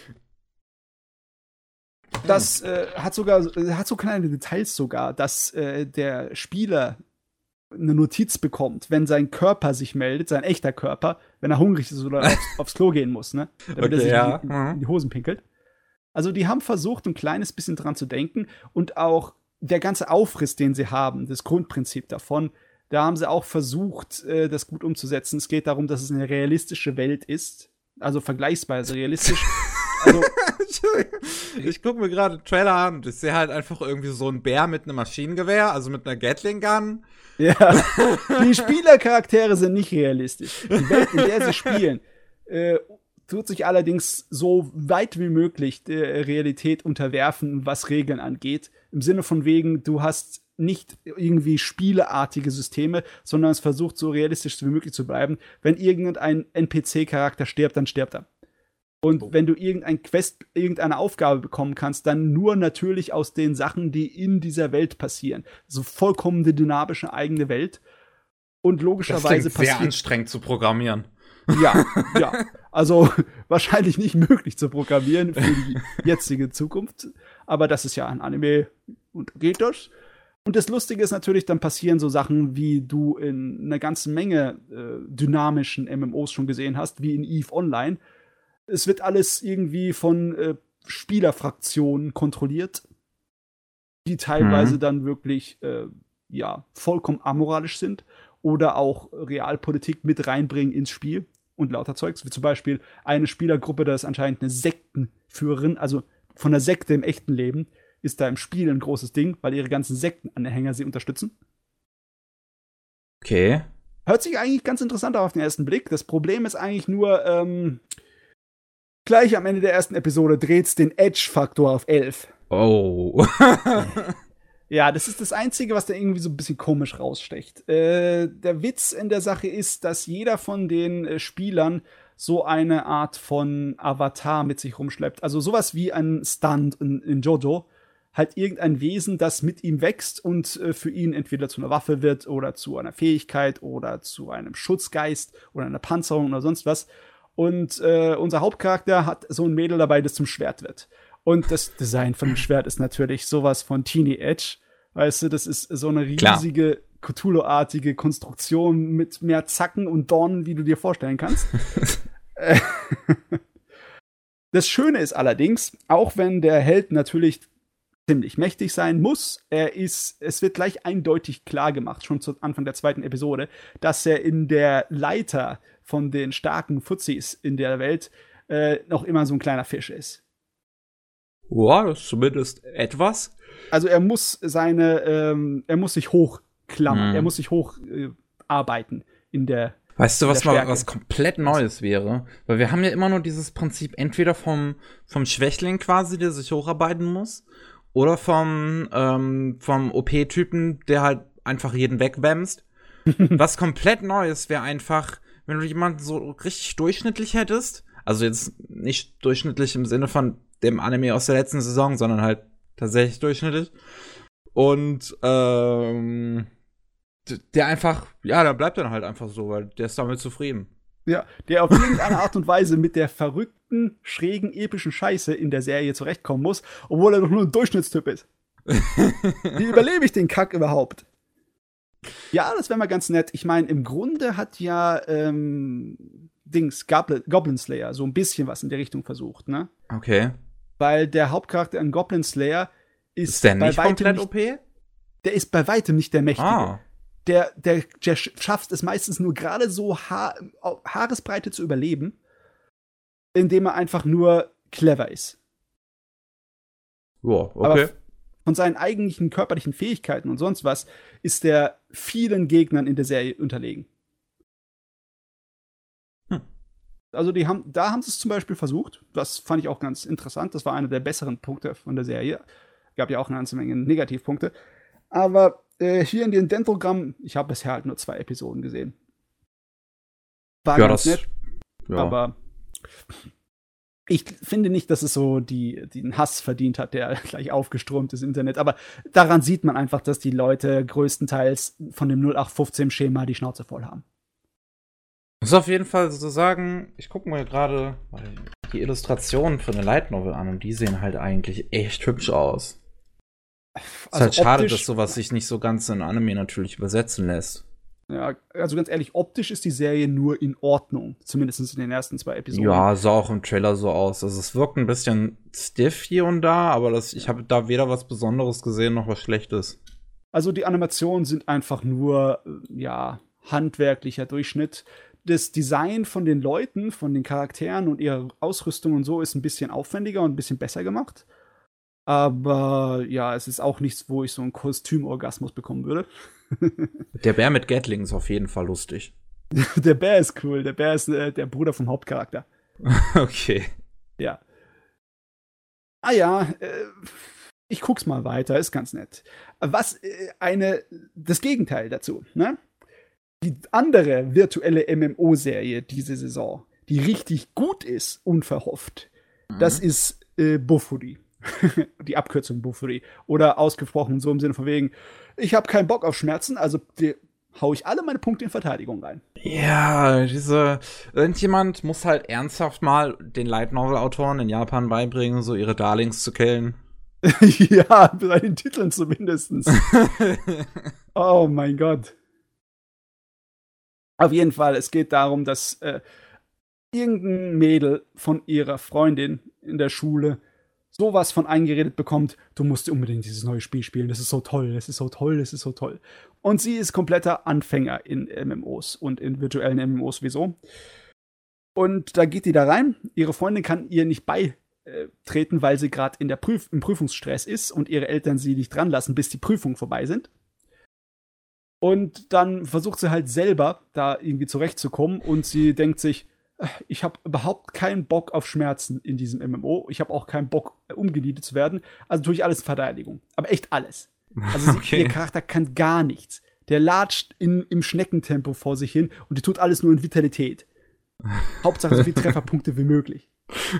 Das hat so kleine Details sogar, dass der Spieler eine Notiz bekommt, wenn sein Körper sich meldet, sein echter Körper, wenn er hungrig ist oder aufs Klo gehen muss, ne? Damit er sich in die Hosen pinkelt. Also die haben versucht, ein kleines bisschen dran zu denken und auch der ganze Aufriss, den sie haben, das Grundprinzip davon, da haben sie auch versucht, das gut umzusetzen. Es geht darum, dass es eine realistische Welt ist, also vergleichsweise realistisch. Also, ich gucke mir gerade den Trailer an und ich sehe halt einfach irgendwie so einen Bär mit einem Maschinengewehr, also mit einer Gatling-Gun. Ja, die Spielercharaktere sind nicht realistisch. Die Welt, in der sie spielen, tut sich allerdings so weit wie möglich der Realität unterwerfen, was Regeln angeht. Im Sinne von wegen, du hast nicht irgendwie spieleartige Systeme, sondern es versucht, so realistisch wie möglich zu bleiben. Wenn irgendein NPC-Charakter stirbt, dann stirbt er. Und wenn du irgendeine Aufgabe bekommen kannst, dann nur natürlich aus den Sachen, die in dieser Welt passieren. So vollkommen eine dynamische eigene Welt. Und logischerweise das klingt sehr anstrengend zu programmieren. Ja. Also wahrscheinlich nicht möglich zu programmieren für die jetzige Zukunft. Aber das ist ja ein Anime und geht das. Und das Lustige ist natürlich, dann passieren so Sachen, wie du in einer ganzen Menge dynamischen MMOs schon gesehen hast, wie in EVE Online. Es wird alles irgendwie von Spielerfraktionen kontrolliert, die teilweise dann wirklich vollkommen amoralisch sind oder auch Realpolitik mit reinbringen ins Spiel und lauter Zeugs, wie zum Beispiel eine Spielergruppe, das ist anscheinend eine Sektenführerin, also von der Sekte im echten Leben, ist da im Spiel ein großes Ding, weil ihre ganzen Sektenanhänger sie unterstützen. Okay. Hört sich eigentlich ganz interessant auf den ersten Blick. Das Problem ist eigentlich nur, gleich am Ende der ersten Episode dreht's den Edge-Faktor auf 11. Oh. Ja, das ist das Einzige, was da irgendwie so ein bisschen komisch rausstecht. Der Witz in der Sache ist, dass jeder von den Spielern so eine Art von Avatar mit sich rumschleppt. Also sowas wie ein Stunt in JoJo. Halt irgendein Wesen, das mit ihm wächst und für ihn entweder zu einer Waffe wird oder zu einer Fähigkeit oder zu einem Schutzgeist oder einer Panzerung oder sonst was. Und unser Hauptcharakter hat so ein Mädel dabei, das zum Schwert wird. Und das Design von dem Schwert ist natürlich sowas von Teeny Edge. Weißt du, das ist so eine riesige Cthulhu-artige Konstruktion mit mehr Zacken und Dornen, wie du dir vorstellen kannst. Das Schöne ist allerdings, auch wenn der Held natürlich ziemlich mächtig sein muss, es wird gleich eindeutig klar gemacht, schon zu Anfang der 2. Episode, dass er in der Leiter von den starken Fuzis in der Welt noch immer so ein kleiner Fisch ist. Ja, das ist zumindest etwas. Also er muss sich hochklammern, er muss sich hocharbeiten in der. Weißt du, was komplett Neues wäre? Weil wir haben ja immer nur dieses Prinzip entweder vom Schwächling quasi, der sich hocharbeiten muss, oder vom OP-Typen, der halt einfach jeden wegbämst. Was komplett Neues wäre einfach, wenn du jemanden so richtig durchschnittlich hättest, also jetzt nicht durchschnittlich im Sinne von dem Anime aus der letzten Saison, sondern halt tatsächlich durchschnittlich. Und der einfach, ja, da bleibt dann halt einfach so, weil der ist damit zufrieden. Ja, der auf irgendeine Art und Weise mit der verrückten, schrägen, epischen Scheiße in der Serie zurechtkommen muss, obwohl er doch nur ein Durchschnittstyp ist. Wie überlebe ich den Kack überhaupt? Ja, das wäre mal ganz nett. Ich meine, im Grunde hat ja Goblin Slayer so ein bisschen was in der Richtung versucht, ne? Okay. Weil der Hauptcharakter in Goblin Slayer ist der nicht komplett OP? Der ist bei weitem nicht der Mächtige. Ah. Der schafft es meistens nur gerade so Haaresbreite zu überleben, indem er einfach nur clever ist. Ja, okay. Aber von seinen eigentlichen körperlichen Fähigkeiten und sonst was ist der vielen Gegnern in der Serie unterlegen. Also da haben sie es zum Beispiel versucht. Das fand ich auch ganz interessant. Das war einer der besseren Punkte von der Serie. Gab ja auch eine ganze Menge Negativpunkte. Aber hier in dem Dendrogramm, ich habe bisher halt nur 2 Episoden gesehen. War Ja, ganz das. nett, Ja. aber ich finde nicht, dass es so den Hass verdient hat, der gleich aufgeströmt ist im Internet. Aber daran sieht man einfach, dass die Leute größtenteils von dem 0815-Schema die Schnauze voll haben. Muss auf jeden Fall so sagen, ich gucke mir gerade die Illustrationen für eine Light Novel an und die sehen halt eigentlich echt hübsch aus. Ist halt schade, dass sowas sich nicht so ganz in Anime natürlich übersetzen lässt. Ja, also ganz ehrlich, optisch ist die Serie nur in Ordnung. Zumindest in den ersten 2 Episoden. Ja, sah auch im Trailer so aus. Also es wirkt ein bisschen stiff hier und da, aber ich habe da weder was Besonderes gesehen noch was Schlechtes. Also die Animationen sind einfach nur, ja, handwerklicher Durchschnitt. Das Design von den Leuten, von den Charakteren und ihrer Ausrüstung und so ist ein bisschen aufwendiger und ein bisschen besser gemacht. Aber ja, es ist auch nichts, wo ich so einen Kostümorgasmus bekommen würde. Der Bär mit Gatling ist auf jeden Fall lustig. Der Bär ist cool. Der Bär ist der Bruder vom Hauptcharakter. Okay. Ja. Ah ja, ich guck's mal weiter, ist ganz nett. Was das Gegenteil dazu, ne? Die andere virtuelle MMO-Serie diese Saison, die richtig gut ist, unverhofft, das ist Bofuri. Die Abkürzung Bofuri. Oder ausgesprochen so im Sinne von wegen, ich habe keinen Bock auf Schmerzen, also hau ich alle meine Punkte in Verteidigung rein. Ja, irgendjemand muss halt ernsthaft mal den Light Novel-Autoren in Japan beibringen, so ihre Darlings zu killen. Ja, bei den Titeln zumindestens. Oh mein Gott. Auf jeden Fall, es geht darum, dass irgendein Mädel von ihrer Freundin in der Schule sowas von eingeredet bekommt, du musst unbedingt dieses neue Spiel spielen, das ist so toll, das ist so toll, das ist so toll. Und sie ist kompletter Anfänger in MMOs und in virtuellen MMOs, wieso? Und da geht die da rein, ihre Freundin kann ihr nicht beitreten, weil sie gerade im Prüfungsstress ist und ihre Eltern sie nicht dran lassen, bis die Prüfungen vorbei sind. Und dann versucht sie halt selber da irgendwie zurechtzukommen und sie denkt sich, ich habe überhaupt keinen Bock auf Schmerzen in diesem MMO. Ich habe auch keinen Bock, umgenietet zu werden. Also tue ich alles in Verteidigung. Aber echt alles. Also ihr Charakter kann gar nichts. Der latscht im Schneckentempo vor sich hin und die tut alles nur in Vitalität. Hauptsache so viele Trefferpunkte wie möglich.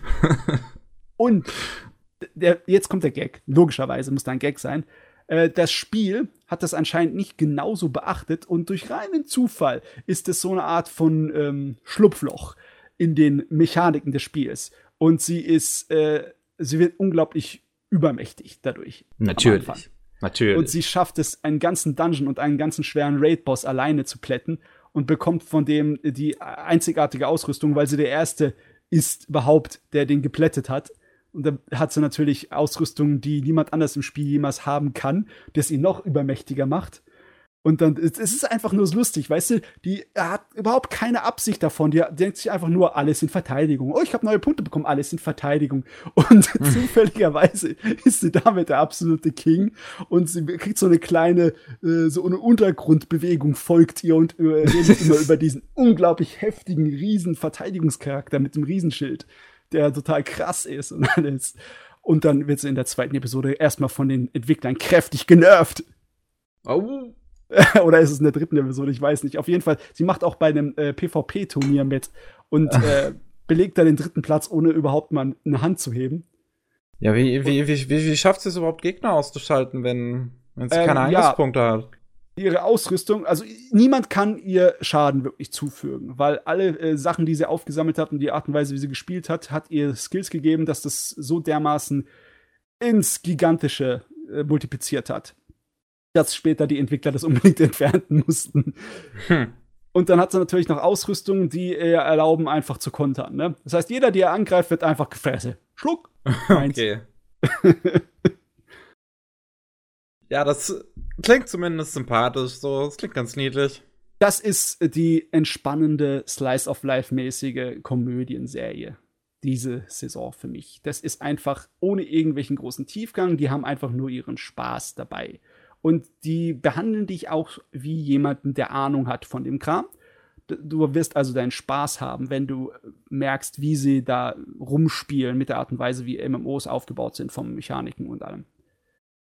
Und jetzt kommt der Gag. Logischerweise muss da ein Gag sein. Das Spiel hat das anscheinend nicht genauso beachtet und durch reinen Zufall ist es so eine Art von Schlupfloch in den Mechaniken des Spiels. Und sie wird unglaublich übermächtig dadurch. Natürlich. Und sie schafft es, einen ganzen Dungeon und einen ganzen schweren Raid-Boss alleine zu plätten und bekommt von dem die einzigartige Ausrüstung, weil sie der Erste ist überhaupt, der den geplättet hat. Und dann hat sie natürlich Ausrüstung, die niemand anders im Spiel jemals haben kann, das ihn noch übermächtiger macht. Und dann, es ist einfach nur so lustig, weißt du, die hat überhaupt keine Absicht davon, die denkt sich einfach nur, alles in Verteidigung. Oh, ich habe neue Punkte bekommen, alles in Verteidigung. Und zufälligerweise ist sie damit der absolute King und sie kriegt so eine kleine, so eine Untergrundbewegung, folgt ihr und redet immer über diesen unglaublich heftigen Riesen-Verteidigungscharakter mit dem Riesenschild, der total krass ist und alles. Und dann wird sie in der 2. Episode erstmal von den Entwicklern kräftig genervt. Oh. Oder ist es in der 3. Episode? Ich weiß nicht. Auf jeden Fall, sie macht auch bei einem PvP-Turnier mit und belegt da den 3. Platz, ohne überhaupt mal eine Hand zu heben. Ja, wie schafft sie es überhaupt, Gegner auszuschalten, wenn sie keine Angriffspunkte hat? Ihre Ausrüstung, also niemand kann ihr Schaden wirklich zufügen, weil alle Sachen, die sie aufgesammelt hat und die Art und Weise, wie sie gespielt hat, hat ihr Skills gegeben, dass das so dermaßen ins Gigantische multipliziert hat, dass später die Entwickler das unbedingt entfernen mussten. Und dann hat sie natürlich noch Ausrüstungen, die ihr erlauben, einfach zu kontern. Ne? Das heißt, jeder, der angreift, wird einfach gefressen. Schluck. Okay. Ja, das klingt zumindest sympathisch. So, das klingt ganz niedlich. Das ist die entspannende Slice-of-Life-mäßige Komödienserie. Diese Saison für mich. Das ist einfach ohne irgendwelchen großen Tiefgang. Die haben einfach nur ihren Spaß dabei. Und die behandeln dich auch wie jemanden, der Ahnung hat von dem Kram. Du wirst also deinen Spaß haben, wenn du merkst, wie sie da rumspielen mit der Art und Weise, wie MMOs aufgebaut sind, von Mechaniken und allem.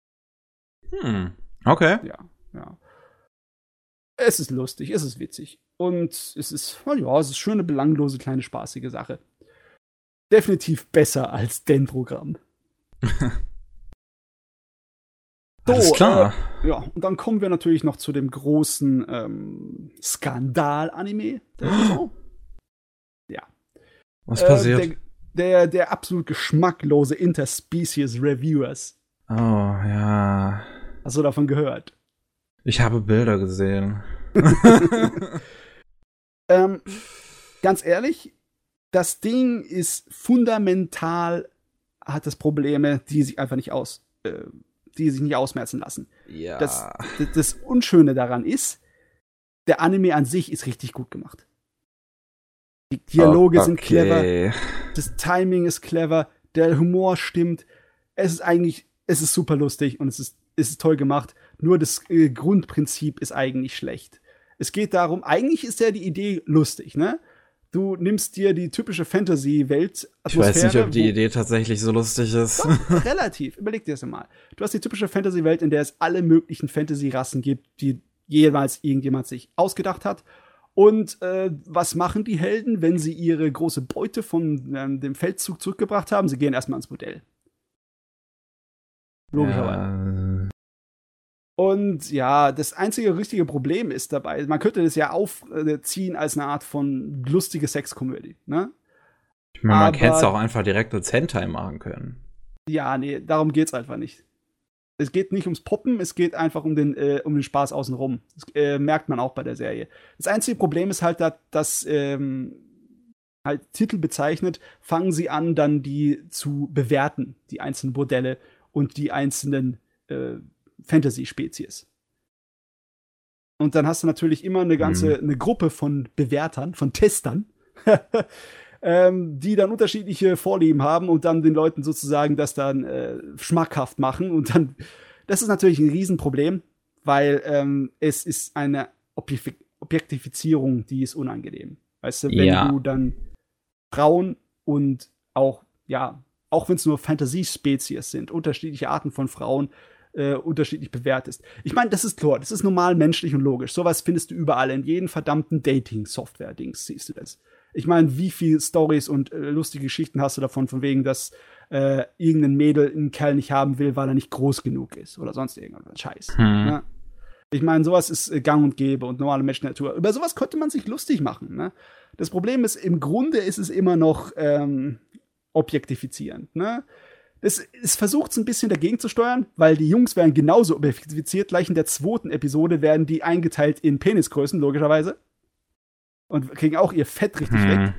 Okay. Ja. Es ist lustig, es ist witzig. Und es ist, es ist schön eine belanglose, kleine, spaßige Sache. Definitiv besser als Dendrogramm. Alles klar. Ja, und dann kommen wir natürlich noch zu dem großen Skandal-Anime der Saison. Ja. Was passiert? Der absolut geschmacklose Interspecies Reviewers. Oh, ja. Hast du davon gehört? Ich habe Bilder gesehen. Ganz ehrlich, das Ding ist fundamental, hat es Probleme, die sich einfach nicht ausmerzen lassen. Ja. Das Unschöne daran ist, der Anime an sich ist richtig gut gemacht. Die Dialoge sind clever, das Timing ist clever, der Humor stimmt. Es ist super lustig und es ist toll gemacht. Nur das Grundprinzip ist eigentlich schlecht. Es geht darum, eigentlich ist ja die Idee lustig, ne? Du nimmst dir die typische Fantasy-Welt. Ich weiß nicht, ob die Idee tatsächlich so lustig ist. Doch, relativ. Überleg dir das mal. Du hast die typische Fantasy-Welt, in der es alle möglichen Fantasy-Rassen gibt, die jemals irgendjemand sich ausgedacht hat. Und was machen die Helden, wenn sie ihre große Beute von dem Feldzug zurückgebracht haben? Sie gehen erstmal ans Bordell. Logischerweise. Und ja, das einzige richtige Problem ist dabei, man könnte das ja aufziehen als eine Art von lustige Sexkomödie, ne? Ich meine, man hätte es auch einfach direkt als Hentai machen können. Ja, nee, darum geht's einfach nicht. Es geht nicht ums Poppen, es geht einfach um den Spaß außenrum. Das merkt man auch bei der Serie. Das einzige Problem ist halt, dass halt Titel bezeichnet, fangen sie an, dann die zu bewerten, die einzelnen Bordelle und die einzelnen Fantasy-Spezies. Und dann hast du natürlich immer eine Gruppe von Bewertern, von Testern, die dann unterschiedliche Vorlieben haben und dann den Leuten sozusagen das dann schmackhaft machen. Und dann, das ist natürlich ein Riesenproblem, weil es ist eine Objektifizierung, die ist unangenehm. Weißt du, wenn du dann Frauen und auch wenn es nur Fantasie-Spezies sind, unterschiedliche Arten von Frauen, unterschiedlich bewertest. Ich meine, das ist klar, das ist normal, menschlich und logisch. Sowas findest du überall, in jedem verdammten Dating-Software-Dings siehst du das. Ich meine, wie viele Stories und lustige Geschichten hast du davon, von wegen, dass irgendein Mädel einen Kerl nicht haben will, weil er nicht groß genug ist oder sonst irgendwas Scheiß. Ne? Ich meine, sowas ist gang und gäbe und normale Menschennatur. Über sowas könnte man sich lustig machen. Ne? Das Problem ist, im Grunde ist es immer noch objektifizierend. Ne? Es versucht es ein bisschen dagegen zu steuern, weil die Jungs werden genauso objektifiziert. Gleich in der 2. Episode werden die eingeteilt in Penisgrößen, logischerweise. Und kriegen auch ihr Fett richtig weg.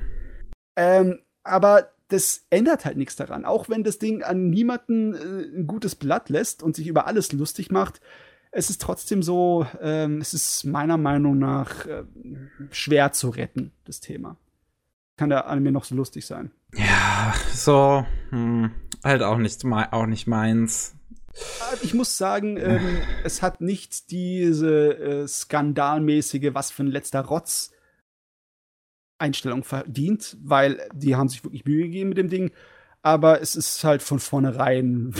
Aber das ändert halt nichts daran. Auch wenn das Ding an niemanden ein gutes Blatt lässt und sich über alles lustig macht, es ist trotzdem so, es ist meiner Meinung nach schwer zu retten, das Thema. Kann der Anime noch so lustig sein? Ja, so, halt auch nicht meins. Ich muss sagen, es hat nicht diese skandalmäßige, was für ein letzter Rotz Einstellung verdient, weil die haben sich wirklich Mühe gegeben mit dem Ding, aber es ist halt von vornherein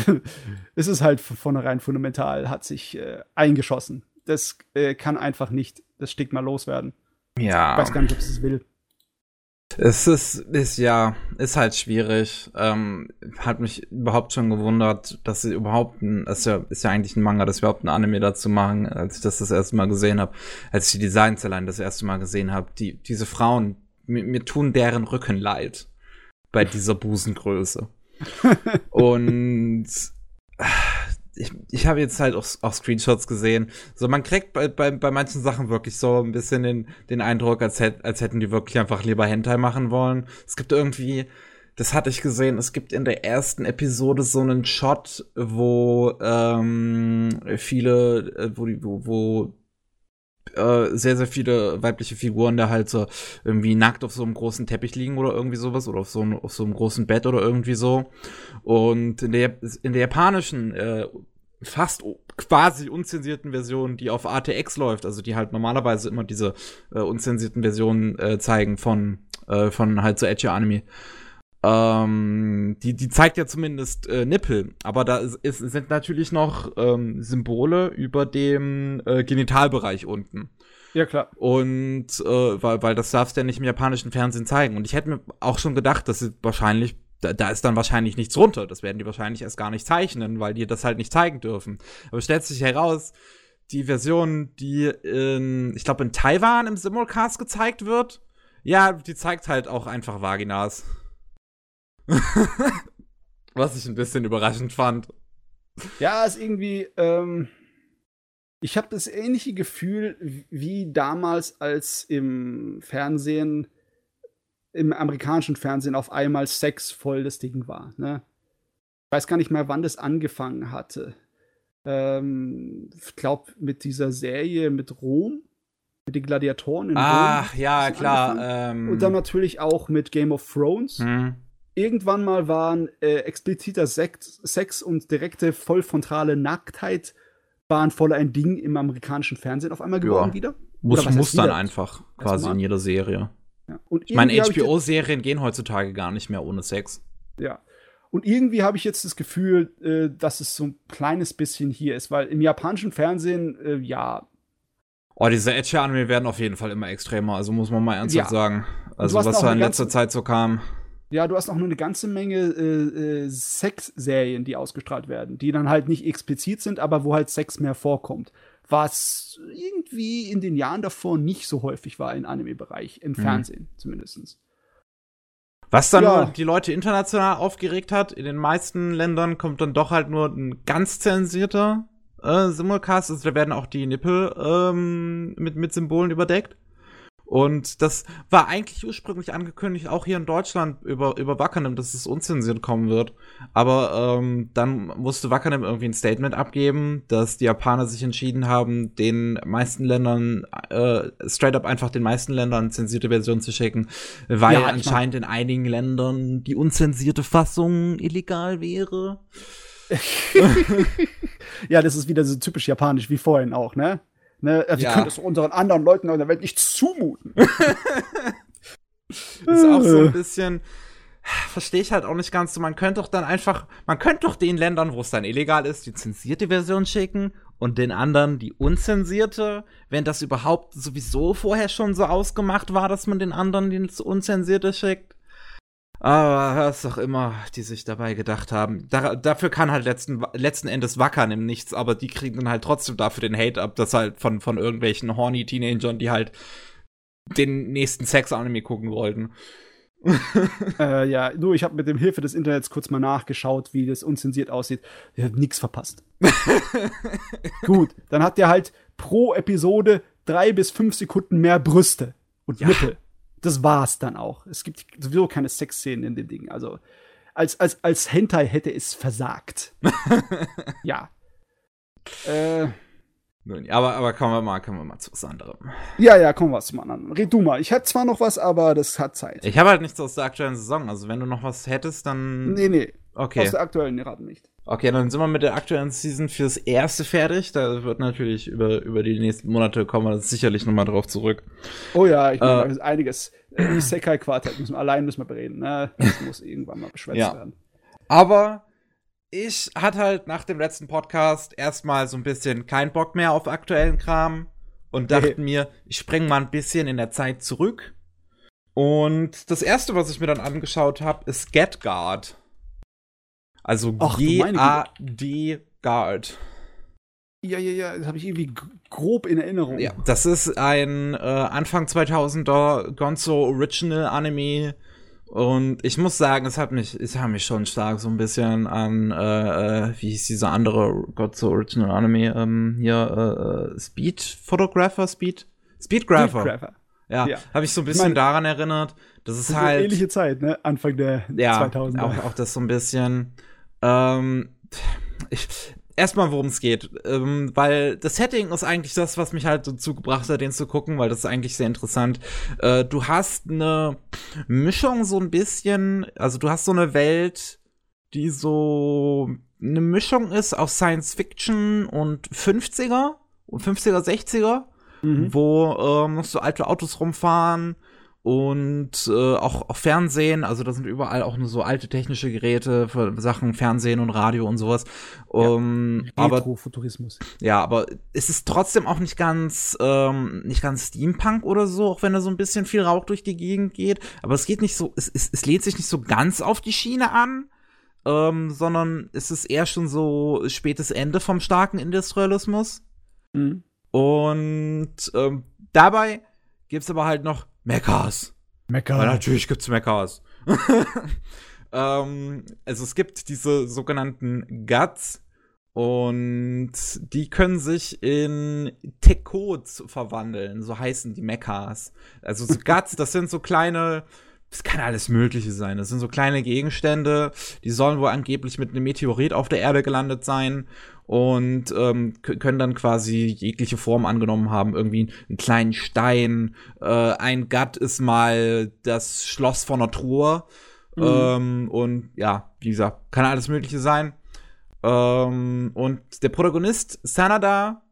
fundamental, hat sich eingeschossen. Das kann einfach nicht das Stigma loswerden. Ja. Ich weiß gar nicht, ob es das will. Es ist halt schwierig. Hat mich überhaupt schon gewundert, dass sie überhaupt ist ja eigentlich ein Manga, dass sie überhaupt ein Anime dazu machen, als ich das erste Mal gesehen habe, als ich die Designs allein das erste Mal gesehen habe. Diese Frauen, mir tun deren Rücken leid bei dieser Busengröße. Und ich habe jetzt halt auch Screenshots gesehen. So, man kriegt bei manchen Sachen wirklich so ein bisschen den Eindruck, als hätten die wirklich einfach lieber Hentai machen wollen. Es gibt irgendwie, das hatte ich gesehen, es gibt in der ersten Episode so einen Shot, wo sehr, sehr viele weibliche Figuren da halt so irgendwie nackt auf so einem großen Teppich liegen oder irgendwie sowas oder auf so einem großen Bett oder irgendwie so. Und in der japanischen fast quasi unzensierten Version, die auf ATX läuft, also die halt normalerweise immer diese unzensierten Versionen zeigen von halt so Ecchi-Anime. Die zeigt ja zumindest Nippel, aber da sind natürlich noch Symbole über dem Genitalbereich unten. Ja, klar. Und weil das darfst du ja nicht im japanischen Fernsehen zeigen. Und ich hätte mir auch schon gedacht, dass sie wahrscheinlich, da ist dann wahrscheinlich nichts runter. Das werden die wahrscheinlich erst gar nicht zeichnen, weil die das halt nicht zeigen dürfen. Aber es stellt sich heraus, die Version, die ich glaube in Taiwan im Simulcast gezeigt wird, ja, die zeigt halt auch einfach Vaginas. Was ich ein bisschen überraschend fand. Ja, ist irgendwie, ich habe das ähnliche Gefühl wie damals, als im amerikanischen Fernsehen auf einmal Sex voll das Ding war, ne? Ich weiß gar nicht mehr, wann das angefangen hatte. Ich glaube, mit dieser Serie mit Rom, mit den Gladiatoren in Rom. Ach, ja, klar. Und dann natürlich auch mit Game of Thrones. Irgendwann mal waren expliziter Sex und direkte vollfrontale Nacktheit waren voll ein Ding im amerikanischen Fernsehen auf einmal geworden wieder. Muss dann einfach quasi in jeder Serie. Ja. Und ich meine, HBO-Serien gehen heutzutage gar nicht mehr ohne Sex. Ja. Und irgendwie habe ich jetzt das Gefühl, dass es so ein kleines bisschen hier ist, weil im japanischen Fernsehen, ja. Oh, diese Ecchi-Anime werden auf jeden Fall immer extremer, also muss man mal ernsthaft sagen. Also was da in letzter Zeit so kam. Ja, du hast noch nur eine ganze Menge Sex-Serien, die ausgestrahlt werden, die dann halt nicht explizit sind, aber wo halt Sex mehr vorkommt. Was irgendwie in den Jahren davor nicht so häufig war im Anime-Bereich, im Fernsehen zumindest. Was dann nur die Leute international aufgeregt hat, in den meisten Ländern kommt dann doch halt nur ein ganz zensierter Simulcast, also da werden auch die Nippel mit Symbolen überdeckt. Und das war eigentlich ursprünglich angekündigt, auch hier in Deutschland über Wakanim, dass es unzensiert kommen wird. Aber dann musste Wakanim irgendwie ein Statement abgeben, dass die Japaner sich entschieden haben, den meisten Ländern, straight up einfach den meisten Ländern zensierte Version zu schicken, weil anscheinend in einigen Ländern die unzensierte Fassung illegal wäre. Ja, das ist wieder so typisch japanisch, wie vorhin auch, ne? Ne, also wir können es unseren anderen Leuten in der Welt nicht zumuten. Ist auch so ein bisschen, verstehe ich halt auch nicht ganz so. Man könnte doch den Ländern, wo es dann illegal ist, die zensierte Version schicken und den anderen die unzensierte, wenn das überhaupt sowieso vorher schon so ausgemacht war, dass man den anderen die unzensierte schickt. Aber was auch immer, die sich dabei gedacht haben. Dafür kann halt letzten Endes Wakanim nichts, aber die kriegen dann halt trotzdem dafür den Hate ab, dass halt von irgendwelchen horny Teenagern, die halt den nächsten Sex-Anime gucken wollten. Ja, nur ich habe mit dem Hilfe des Internets kurz mal nachgeschaut, wie das unzensiert aussieht. Ich habe nichts verpasst. Gut, dann hat der halt pro Episode 3 bis 5 Sekunden mehr Brüste und Nippel. Das war's dann auch. Es gibt sowieso keine Sexszenen in dem Ding. Also als Hentai hätte es versagt. Ja. Aber kommen wir mal zu was anderem. Ja, kommen wir zum anderen. Red du mal. Ich hätte zwar noch was, aber das hat Zeit. Ich habe halt nichts aus der aktuellen Saison. Also wenn du noch was hättest, dann. Nee. Okay. Aus der aktuellen gerade nicht. Okay, dann sind wir mit der aktuellen Season fürs Erste fertig. Da wird natürlich über die nächsten Monate kommen wir sicherlich nochmal drauf zurück. Oh ja, ich meine, da ist einiges. Die Sekai-Quartett müssen wir bereden. Ne? Das muss irgendwann mal beschwätzt werden. Aber ich hatte halt nach dem letzten Podcast erstmal so ein bisschen keinen Bock mehr auf aktuellen Kram und dachte mir, ich spreng mal ein bisschen in der Zeit zurück. Und das Erste, was ich mir dann angeschaut habe, ist Get Guard. Also G-A-D Guard. Ja, das habe ich irgendwie grob in Erinnerung. Ja, das ist ein Anfang 2000er Gonzo Original Anime. Und ich muss sagen, es hat mich schon stark so ein bisschen an, wie hieß dieser andere Gonzo Original Anime, Speedgrapher. Ja, habe ich so ein bisschen daran erinnert. Das ist halt eine ähnliche Zeit, ne? Anfang der 2000er. Auch das so ein bisschen. Erstmal, worum es geht. Weil das Setting ist eigentlich das, was mich halt dazu gebracht hat, den zu gucken, weil das ist eigentlich sehr interessant. Du hast eine Mischung so ein bisschen, also du hast so eine Welt, die so eine Mischung ist aus Science Fiction und 50er, 60er, wo musst du alte Autos rumfahren und auch Fernsehen, also da sind überall auch nur so alte technische Geräte für Sachen Fernsehen und Radio und sowas. Retrofuturismus. Aber es ist trotzdem auch nicht ganz Steampunk oder so, auch wenn da so ein bisschen viel Rauch durch die Gegend geht. Aber es geht nicht so, es lehnt sich nicht so ganz auf die Schiene an, sondern es ist eher schon so spätes Ende vom starken Industrialismus. Mhm. Und dabei gibt's aber halt noch Mechas. Weil natürlich gibt's Mechas. Also es gibt diese sogenannten Guts und die können sich in Tekots verwandeln, so heißen die Mechas. Also so Guts, das sind so kleine, das kann alles Mögliche sein. Das sind so kleine Gegenstände, die sollen wohl angeblich mit einem Meteorit auf der Erde gelandet sein und können dann quasi jegliche Form angenommen haben. Irgendwie einen kleinen Stein. Ein Gut ist mal das Schloss von einer Truhe. Und ja, wie gesagt, kann alles Mögliche sein. Und der Protagonist, Sanada,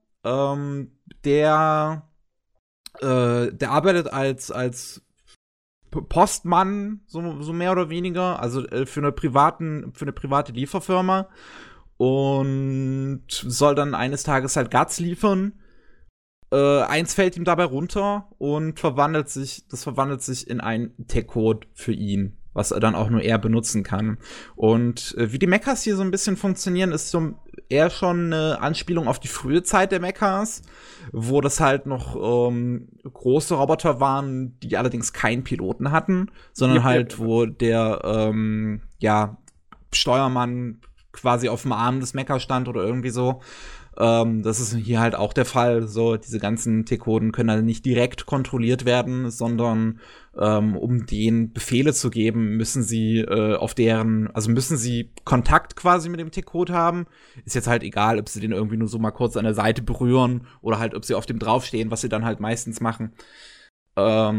der arbeitet als Postmann, so mehr oder weniger, also für eine private Lieferfirma und soll dann eines Tages halt Guts liefern. Eins fällt ihm dabei runter und verwandelt sich in ein Tech-Code für ihn, was er dann auch nur er benutzen kann. Und wie die Mechas hier so ein bisschen funktionieren, ist so eher schon eine Anspielung auf die frühe Zeit der Mechas, wo das halt noch große Roboter waren, die allerdings keinen Piloten hatten, sondern wo der Steuermann quasi auf dem Arm des Mecha stand oder irgendwie so. Das ist hier halt auch der Fall. So, diese ganzen T-Coden können halt nicht direkt kontrolliert werden, sondern um denen Befehle zu geben, müssen sie müssen sie Kontakt quasi mit dem T-Code haben. Ist jetzt halt egal, ob sie den irgendwie nur so mal kurz an der Seite berühren oder halt, ob sie auf dem draufstehen, was sie dann halt meistens machen. Der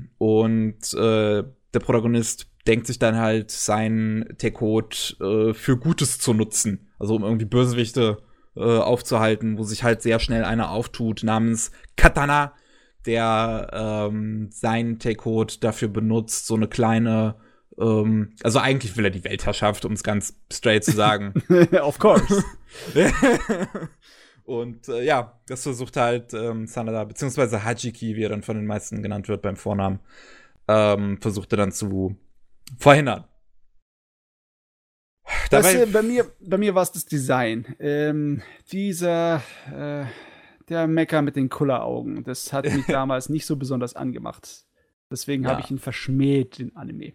Protagonist denkt sich dann halt, seinen T-Code für Gutes zu nutzen. Also um irgendwie Bösewichte aufzuhalten, wo sich halt sehr schnell einer auftut namens Katana, der seinen T-Code dafür benutzt, so eine kleine, also eigentlich will er die Weltherrschaft, um es ganz straight zu sagen. Of course. Und das versucht halt Sanada, beziehungsweise Hajiki, wie er dann von den meisten genannt wird beim Vornamen, versucht er dann zu verhindern. Bei mir war es das Design. Der Mecha mit den Kulleraugen, das hat mich damals nicht so besonders angemacht. Deswegen habe ich ihn verschmäht, den Anime.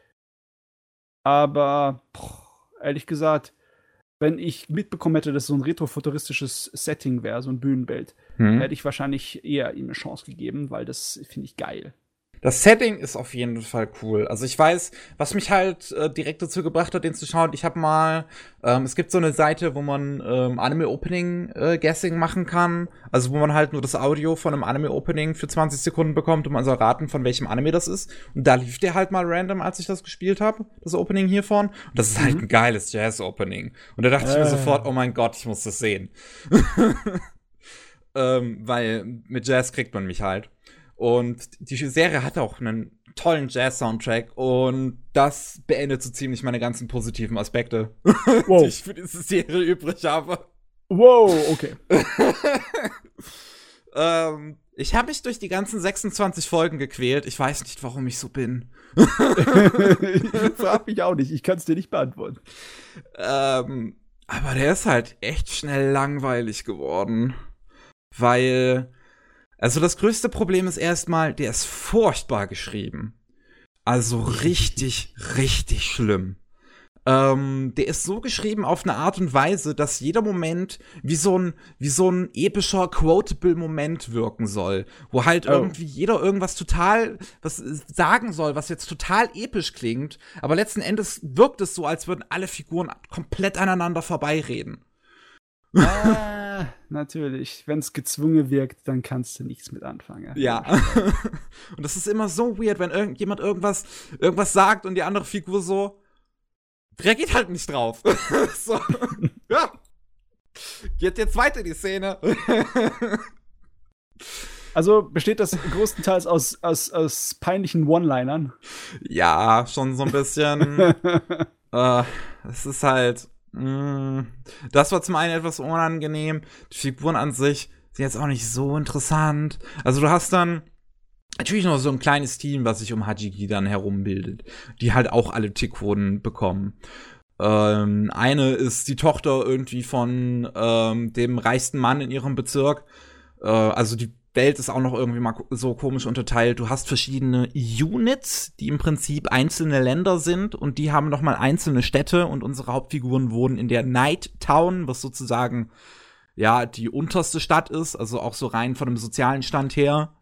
Aber, ehrlich gesagt, wenn ich mitbekommen hätte, dass so ein retrofuturistisches Setting wäre, so ein Bühnenbild, hätte ich wahrscheinlich eher ihm eine Chance gegeben, weil das finde ich geil. Das Setting ist auf jeden Fall cool. Also ich weiß, was mich halt direkt dazu gebracht hat, den zu schauen. Ich habe mal, es gibt so eine Seite, wo man Anime-Opening-Guessing machen kann. Also wo man halt nur das Audio von einem Anime-Opening für 20 Sekunden bekommt, um also raten, von welchem Anime das ist. Und da lief der halt mal random, als ich das gespielt habe, das Opening hiervon. Und das ist halt ein geiles Jazz-Opening. Und da dachte ich mir sofort, oh mein Gott, ich muss das sehen. Weil mit Jazz kriegt man mich halt. Und die Serie hat auch einen tollen Jazz-Soundtrack und das beendet so ziemlich meine ganzen positiven Aspekte, die ich für diese Serie übrig habe. Wow, okay. Ich habe mich durch die ganzen 26 Folgen gequält. Ich weiß nicht, warum ich so bin. Ich frag mich auch nicht. Ich kann es dir nicht beantworten. Aber der ist halt echt schnell langweilig geworden. Weil also das größte Problem ist erstmal, der ist furchtbar geschrieben. Also richtig, richtig schlimm. Der ist so geschrieben auf eine Art und Weise, dass jeder Moment wie so ein epischer Quotable-Moment wirken soll. Wo halt irgendwie jeder irgendwas was sagen soll, was jetzt total episch klingt. Aber letzten Endes wirkt es so, als würden alle Figuren komplett aneinander vorbeireden. Natürlich. Wenn es gezwungen wirkt, dann kannst du nichts mit anfangen. Ja. Und das ist immer so weird, wenn irgendjemand irgendwas sagt und die andere Figur so reagiert halt nicht drauf. So. Ja. Geht jetzt weiter die Szene. Also besteht das größtenteils aus peinlichen One-Linern? Ja, schon so ein bisschen. Es ist halt. Das war zum einen etwas unangenehm. Die Figuren an sich sind jetzt auch nicht so interessant. Also du hast dann natürlich noch so ein kleines Team, was sich um Hajiki dann herumbildet, die halt auch alle Tickhoden bekommen. Eine ist die Tochter irgendwie von dem reichsten Mann in ihrem Bezirk. Also die Welt ist auch noch irgendwie mal so komisch unterteilt. Du hast verschiedene Units, die im Prinzip einzelne Länder sind und die haben noch mal einzelne Städte und unsere Hauptfiguren wohnen in der Night Town, was sozusagen ja die unterste Stadt ist, also auch so rein von dem sozialen Stand her.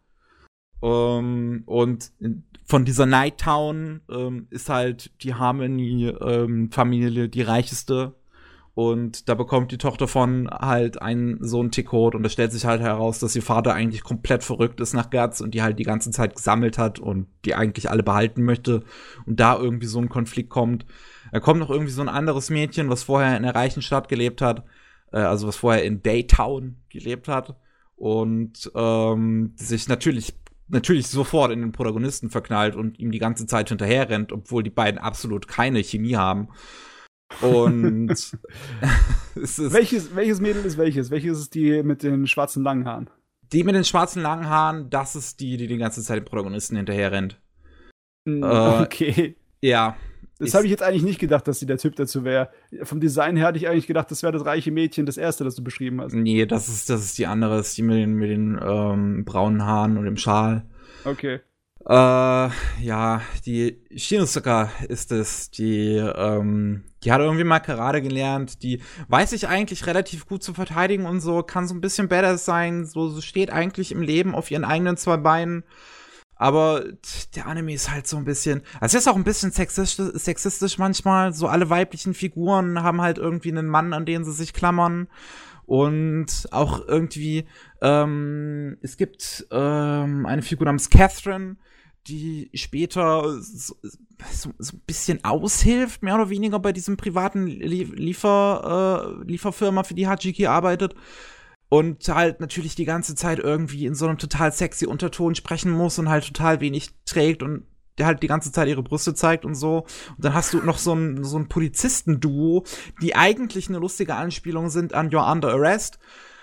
Und von dieser Night Town ist halt die Harmony-Familie die reicheste. Und da bekommt die Tochter von halt einen Sohn Tickcode und da stellt sich halt heraus, dass ihr Vater eigentlich komplett verrückt ist nach Guts und die halt die ganze Zeit gesammelt hat und die eigentlich alle behalten möchte und da irgendwie so ein Konflikt kommt. Da kommt noch irgendwie so ein anderes Mädchen, was vorher in der reichen Stadt gelebt hat, also was vorher in Daytown gelebt hat und sich natürlich sofort in den Protagonisten verknallt und ihm die ganze Zeit hinterher rennt, obwohl die beiden absolut keine Chemie haben. Und welches Mädel ist welches? Welches ist die mit den schwarzen langen Haaren? Die mit den schwarzen langen Haaren, das ist die die ganze Zeit den Protagonisten hinterher rennt. Okay. Ja. Das habe ich jetzt eigentlich nicht gedacht, dass sie der Typ dazu wäre. Vom Design her hatte ich eigentlich gedacht, das wäre das reiche Mädchen, das erste, das du beschrieben hast. Nee, das ist die andere, das ist die mit den braunen Haaren und dem Schal. Okay. Ja, die Shinosuka ist es, die hat irgendwie mal Karate gelernt, die weiß sich eigentlich relativ gut zu verteidigen und so, kann so ein bisschen badass sein, so steht eigentlich im Leben auf ihren eigenen zwei Beinen, aber der Anime ist halt so ein bisschen, also es ist auch ein bisschen sexistisch manchmal, so alle weiblichen Figuren haben halt irgendwie einen Mann, an den sie sich klammern. Und auch irgendwie, es gibt eine Figur namens Catherine, die später so ein bisschen aushilft, mehr oder weniger bei diesem privaten Lieferfirma, für die Hajiki arbeitet. Und halt natürlich die ganze Zeit irgendwie in so einem total sexy Unterton sprechen muss und halt total wenig trägt und der halt die ganze Zeit ihre Brüste zeigt und so. Und dann hast du noch so ein Polizistenduo, die eigentlich eine lustige Anspielung sind an You're Under Arrest.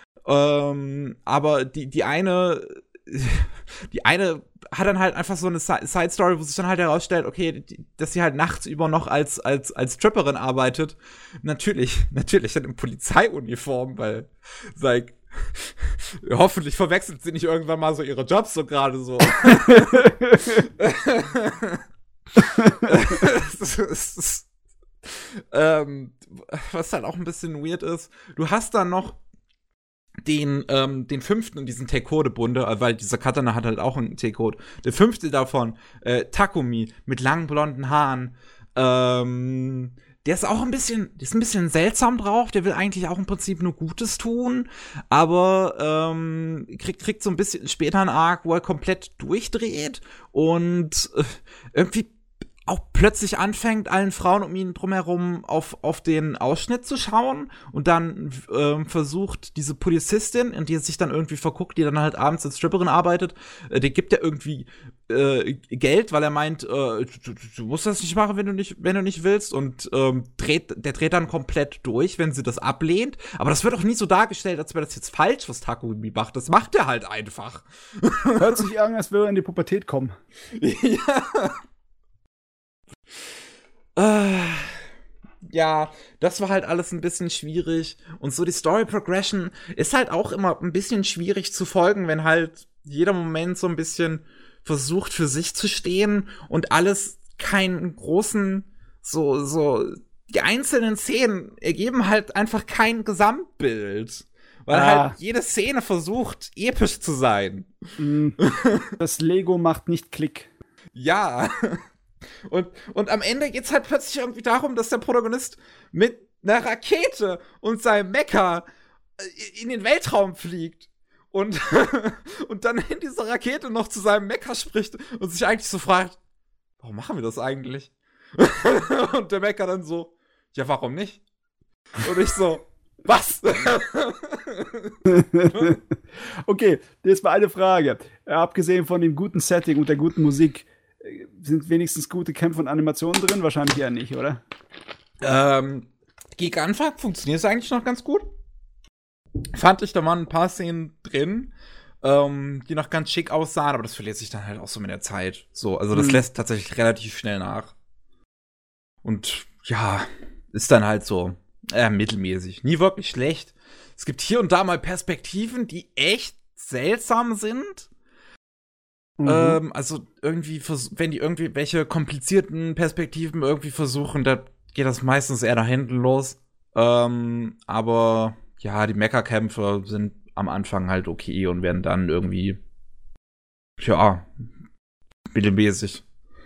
Aber die eine hat dann halt einfach so eine Side-Story, wo sich dann halt herausstellt, okay, dass sie halt nachts über noch als Stripperin arbeitet. Natürlich dann in Polizeiuniform, weil, like, hoffentlich verwechselt sie nicht irgendwann mal so ihre Jobs so gerade so. Was halt auch ein bisschen weird ist, du hast dann noch den fünften in diesem Take-Code-Bunde, weil dieser Katana hat halt auch einen Take-Code. Der fünfte davon, Takumi, mit langen blonden Haaren, der ist auch ein bisschen seltsam drauf, der will eigentlich auch im Prinzip nur Gutes tun, aber kriegt so ein bisschen später einen Arc, wo er komplett durchdreht und irgendwie auch plötzlich anfängt, allen Frauen um ihn drumherum auf den Ausschnitt zu schauen und dann versucht, diese Polizistin, in die er sich dann irgendwie verguckt, die dann halt abends als Stripperin arbeitet, der gibt er irgendwie Geld, weil er meint, du musst das nicht machen, wenn du nicht willst und der dreht dann komplett durch, wenn sie das ablehnt, aber das wird auch nie so dargestellt, als wäre das jetzt falsch, was Takumi macht, das macht er halt einfach. Hört sich an, als würde er in die Pubertät kommen. Ja. Ja, das war halt alles ein bisschen schwierig. Und so die Story Progression ist halt auch immer ein bisschen schwierig zu folgen, wenn halt jeder Moment so ein bisschen versucht für sich zu stehen und alles keinen großen, so die einzelnen Szenen ergeben halt einfach kein Gesamtbild. Weil halt jede Szene versucht, episch zu sein. Das Lego macht nicht Klick. Ja. Und am Ende geht's halt plötzlich irgendwie darum, dass der Protagonist mit einer Rakete und seinem Mecha in den Weltraum fliegt und dann in dieser Rakete noch zu seinem Mecha spricht und sich eigentlich so fragt, warum machen wir das eigentlich? Und der Mecha dann so, ja, warum nicht? Und ich so, Was? Okay, jetzt mal eine Frage. Abgesehen von dem guten Setting und der guten Musik, sind wenigstens gute Kämpfe und Animationen drin? Wahrscheinlich eher nicht, oder? Gegen Anfang funktioniert es eigentlich noch ganz gut. Fand ich, da waren ein paar Szenen drin, die noch ganz schick aussahen, aber das verliert sich dann halt auch so mit der Zeit. So, also das lässt tatsächlich relativ schnell nach. Und ja, ist dann halt so mittelmäßig. Nie wirklich schlecht. Es gibt hier und da mal Perspektiven, die echt seltsam sind. Also irgendwie, wenn die irgendwie welche komplizierten Perspektiven irgendwie versuchen, da geht das meistens eher nach hinten los. Aber ja, die Mecha-Kämpfe sind am Anfang halt okay und werden dann irgendwie, ja, mittelmäßig.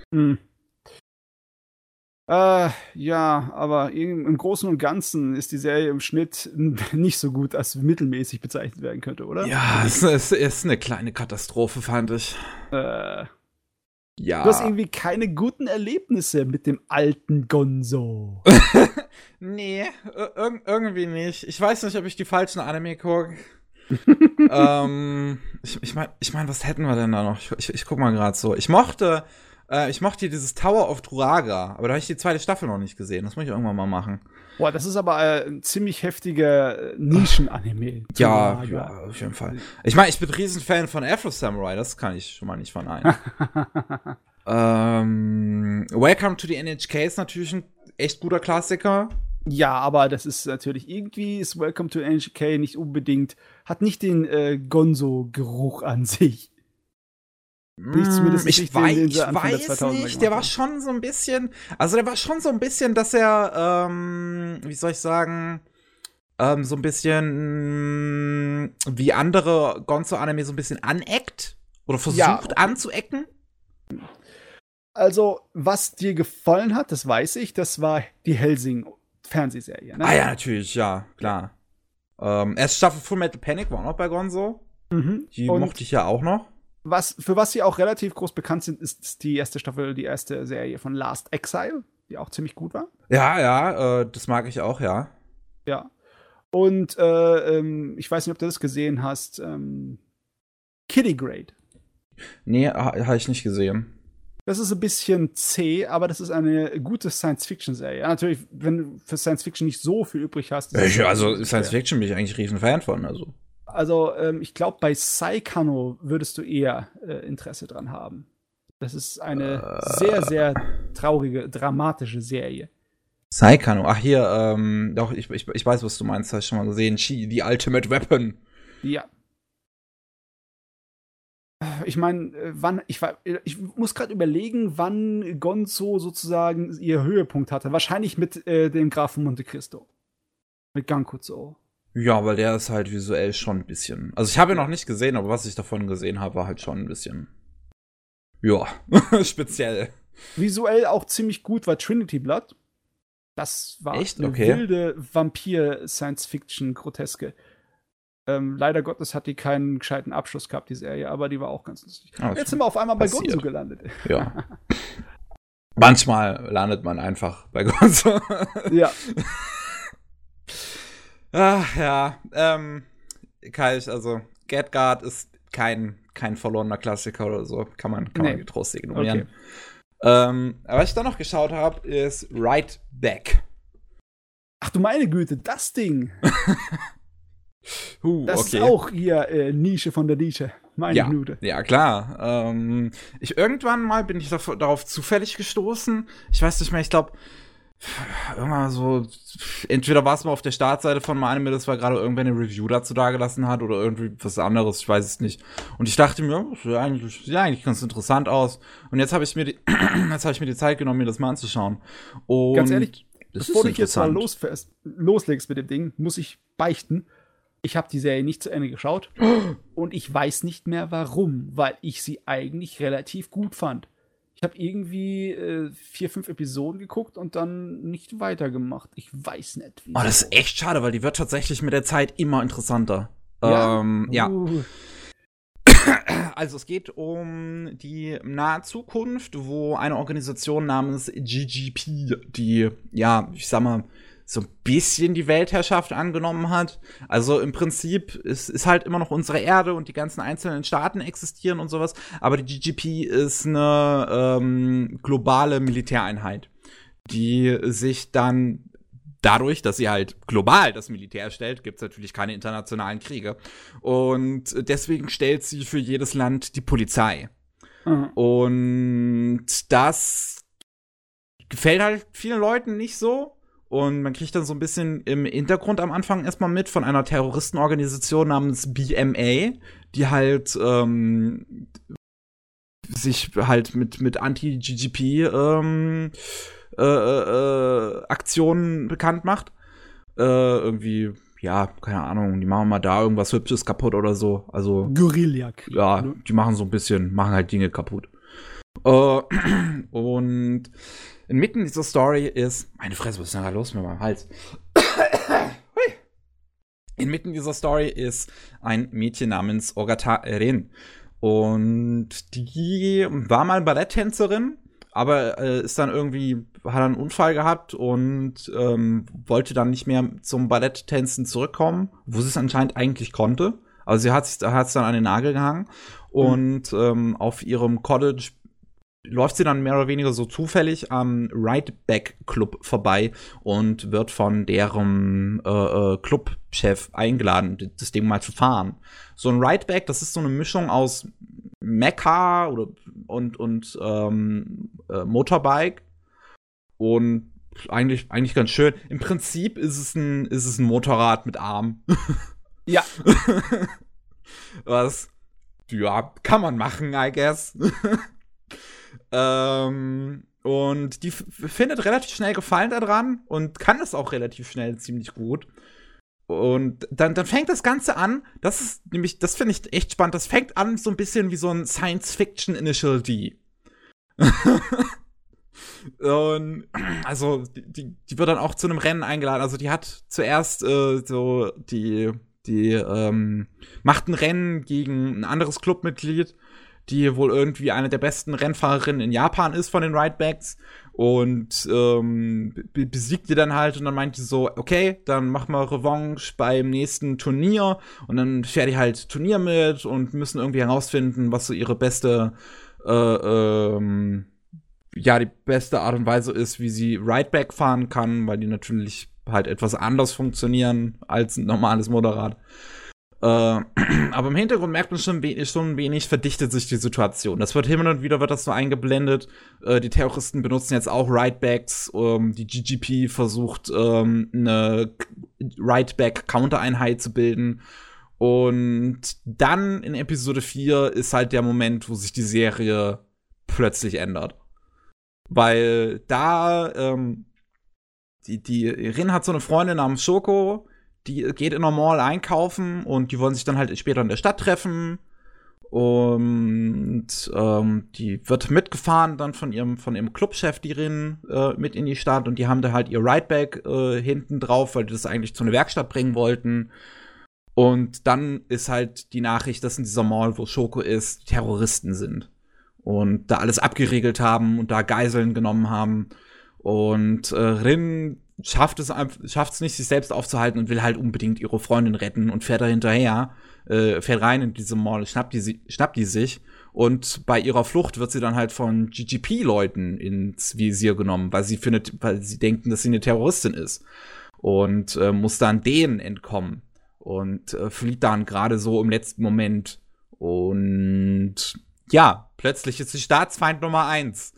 Ja, aber im Großen und Ganzen ist die Serie im Schnitt nicht so gut, als mittelmäßig bezeichnet werden könnte, oder? Ja, es ist eine kleine Katastrophe, fand ich. Ja. Ja. Du hast irgendwie keine guten Erlebnisse mit dem alten Gonzo. Nee, irgendwie nicht. Ich weiß nicht, ob ich die falschen Anime gucke. Ich mein, was hätten wir denn da noch? Ich guck mal gerade so. Ich mochte dieses Tower of Turaga, aber da habe ich die zweite Staffel noch nicht gesehen. Das muss ich irgendwann mal machen. Boah, das ist aber ein ziemlich heftiger Nischen-Anime. Ja, auf jeden Fall. Ich meine, ich bin ein Riesenfan von Afro Samurai, das kann ich schon mal nicht verneinen. Welcome to the NHK ist natürlich ein echt guter Klassiker. Ja, aber das ist natürlich, irgendwie ist Welcome to NHK nicht unbedingt, hat nicht den Gonzo-Geruch an sich. Ich weiß nicht, der war schon so ein bisschen, dass er, wie soll ich sagen, so ein bisschen wie andere Gonzo-Anime so ein bisschen aneckt oder versucht anzuecken. Also, was dir gefallen hat, das weiß ich, das war die Hellsing-Fernsehserie, ne? Ah ja, natürlich, ja, klar. Erste Staffel Full Metal Panic war auch noch bei Gonzo. Die mochte ich ja auch noch. Für was sie auch relativ groß bekannt sind, ist die erste Staffel, die erste Serie von Last Exile, die auch ziemlich gut war. Ja, das mag ich auch, ja. Ja. Und ich weiß nicht, ob du das gesehen hast. Kitty Grade. Nee, habe ich nicht gesehen. Das ist ein bisschen zäh, aber das ist eine gute Science-Fiction-Serie. Ja, natürlich, wenn du für Science-Fiction nicht so viel übrig hast. Also Science-Fiction bin ich eigentlich riesen Fan von, also. Also, ich glaube, bei Saikano würdest du eher Interesse dran haben. Das ist eine sehr, sehr traurige, dramatische Serie. Saikano, ach hier, doch, ich weiß, was du meinst, hast du schon mal gesehen. The Ultimate Weapon. Ja. Ich meine, ich muss gerade überlegen, wann Gonzo sozusagen ihr Höhepunkt hatte. Wahrscheinlich mit dem Grafen Monte Cristo. Mit Gankuzo. Ja, weil der ist halt visuell schon ein bisschen. Also ich habe ihn noch nicht gesehen, aber was ich davon gesehen habe, war halt schon ein bisschen. Ja, speziell. Visuell auch ziemlich gut war Trinity Blood. Das war echt? eine wilde Vampir-Science-Fiction-Groteske. Leider Gottes hat die keinen gescheiten Abschluss gehabt, die Serie, aber die war auch ganz lustig. Jetzt sind wir auf einmal bei Gonzo gelandet. Ja. Manchmal landet man einfach bei Gonzo. Ja. Ach ja, Kai, also Get Guard ist kein verlorener Klassiker oder so. Kann man getrost ignorieren. Okay. Aber was ich dann noch geschaut habe, ist Right Back. Ach du meine Güte, das Ding. Das ist auch hier Nische von der Nische. Meine Minute. Ja, klar. Irgendwann mal bin ich darauf zufällig gestoßen. Ich weiß nicht mehr, ich glaube, irgendwann so, entweder war es mal auf der Startseite von meinem, das war gerade irgendwer eine Review dazu dagelassen hat oder irgendwie was anderes, ich weiß es nicht. Und ich dachte mir, das sieht eigentlich ganz interessant aus. Und jetzt habe ich mir die Zeit genommen, mir das mal anzuschauen. Und ganz ehrlich, bevor du jetzt mal loslegst mit dem Ding, muss ich beichten, ich habe die Serie nicht zu Ende geschaut und ich weiß nicht mehr warum, weil ich sie eigentlich relativ gut fand. Ich habe irgendwie 4, 5 Episoden geguckt und dann nicht weitergemacht. Ich weiß nicht, wie. Oh, das ist echt schade, weil die wird tatsächlich mit der Zeit immer interessanter. Ja. Ja. Also es geht um die nahe Zukunft, wo eine Organisation namens GGP, die, ja, ich sag mal, so ein bisschen die Weltherrschaft angenommen hat. Also im Prinzip ist halt immer noch unsere Erde und die ganzen einzelnen Staaten existieren und sowas, aber die GGP ist eine globale Militäreinheit, die sich dann dadurch, dass sie halt global das Militär stellt, gibt es natürlich keine internationalen Kriege. Und deswegen stellt sie für jedes Land die Polizei. Mhm. Und das gefällt halt vielen Leuten nicht so. Und man kriegt dann so ein bisschen im Hintergrund am Anfang erstmal mit von einer Terroristenorganisation namens BMA, die halt sich halt mit Anti-GGP Aktionen bekannt macht. Irgendwie, ja, keine Ahnung, die machen mal da irgendwas Hübsches kaputt oder so. Also Guerillakrieg. Ja, die machen so ein bisschen, machen halt Dinge kaputt. Und inmitten dieser Story ist, meine Fresse, was ist denn da los mit meinem Hals? Inmitten dieser Story ist ein Mädchen namens Ogata Rin. Und die war mal Balletttänzerin, aber ist dann irgendwie, hat einen Unfall gehabt und wollte dann nicht mehr zum Balletttänzen zurückkommen, wo sie es anscheinend eigentlich konnte. Also sie hat es dann an den Nagel gehangen und auf ihrem College läuft sie dann mehr oder weniger so zufällig am Right-Back Club vorbei und wird von deren Clubchef eingeladen, das Ding mal zu fahren. So ein Right-Back, das ist so eine Mischung aus Mecha und Motorbike und eigentlich ganz schön. Im Prinzip ist es ein Motorrad mit Arm. Ja. Was, ja, kann man machen, I guess. Und die findet relativ schnell Gefallen daran und kann es auch relativ schnell ziemlich gut. Und dann fängt das Ganze an, das finde ich echt spannend, das fängt an so ein bisschen wie so ein Science-Fiction Initial D. Und also die wird dann auch zu einem Rennen eingeladen. Also die hat zuerst macht ein Rennen gegen ein anderes Clubmitglied, die wohl irgendwie eine der besten Rennfahrerinnen in Japan ist von den Rightbacks und besiegt die dann halt und dann meint die so, okay, dann machen wir Revanche beim nächsten Turnier und dann fährt die halt Turnier mit und müssen irgendwie herausfinden, was so ihre beste die beste Art und Weise ist, wie sie Rightback fahren kann, weil die natürlich halt etwas anders funktionieren als ein normales Motorrad. Aber im Hintergrund merkt man schon ein wenig, verdichtet sich die Situation. Das wird hin und wieder wird das so eingeblendet. Die Terroristen benutzen jetzt auch Rightbacks. Die GGP versucht, eine Rightback-Countereinheit zu bilden. Und dann in Episode 4 ist halt der Moment, wo sich die Serie plötzlich ändert. Weil da die Rin hat so eine Freundin namens Shoko, die geht in einer Mall einkaufen und die wollen sich dann halt später in der Stadt treffen. Und die wird mitgefahren dann von ihrem Clubchef, die Rin, mit in die Stadt. Und die haben da halt ihr Rideback hinten drauf, weil die das eigentlich zu einer Werkstatt bringen wollten. Und dann ist halt die Nachricht, dass in dieser Mall, wo Shoko ist, Terroristen sind. Und da alles abgeriegelt haben und da Geiseln genommen haben. Und Rin schafft es nicht, sich selbst aufzuhalten und will halt unbedingt ihre Freundin retten und fährt da hinterher, fährt rein in diese Mall, schnappt die sich und bei ihrer Flucht wird sie dann halt von GGP-Leuten ins Visier genommen, weil sie denken, dass sie eine Terroristin ist und muss dann denen entkommen und flieht dann gerade so im letzten Moment und ja, plötzlich ist sie Staatsfeind Nummer 1.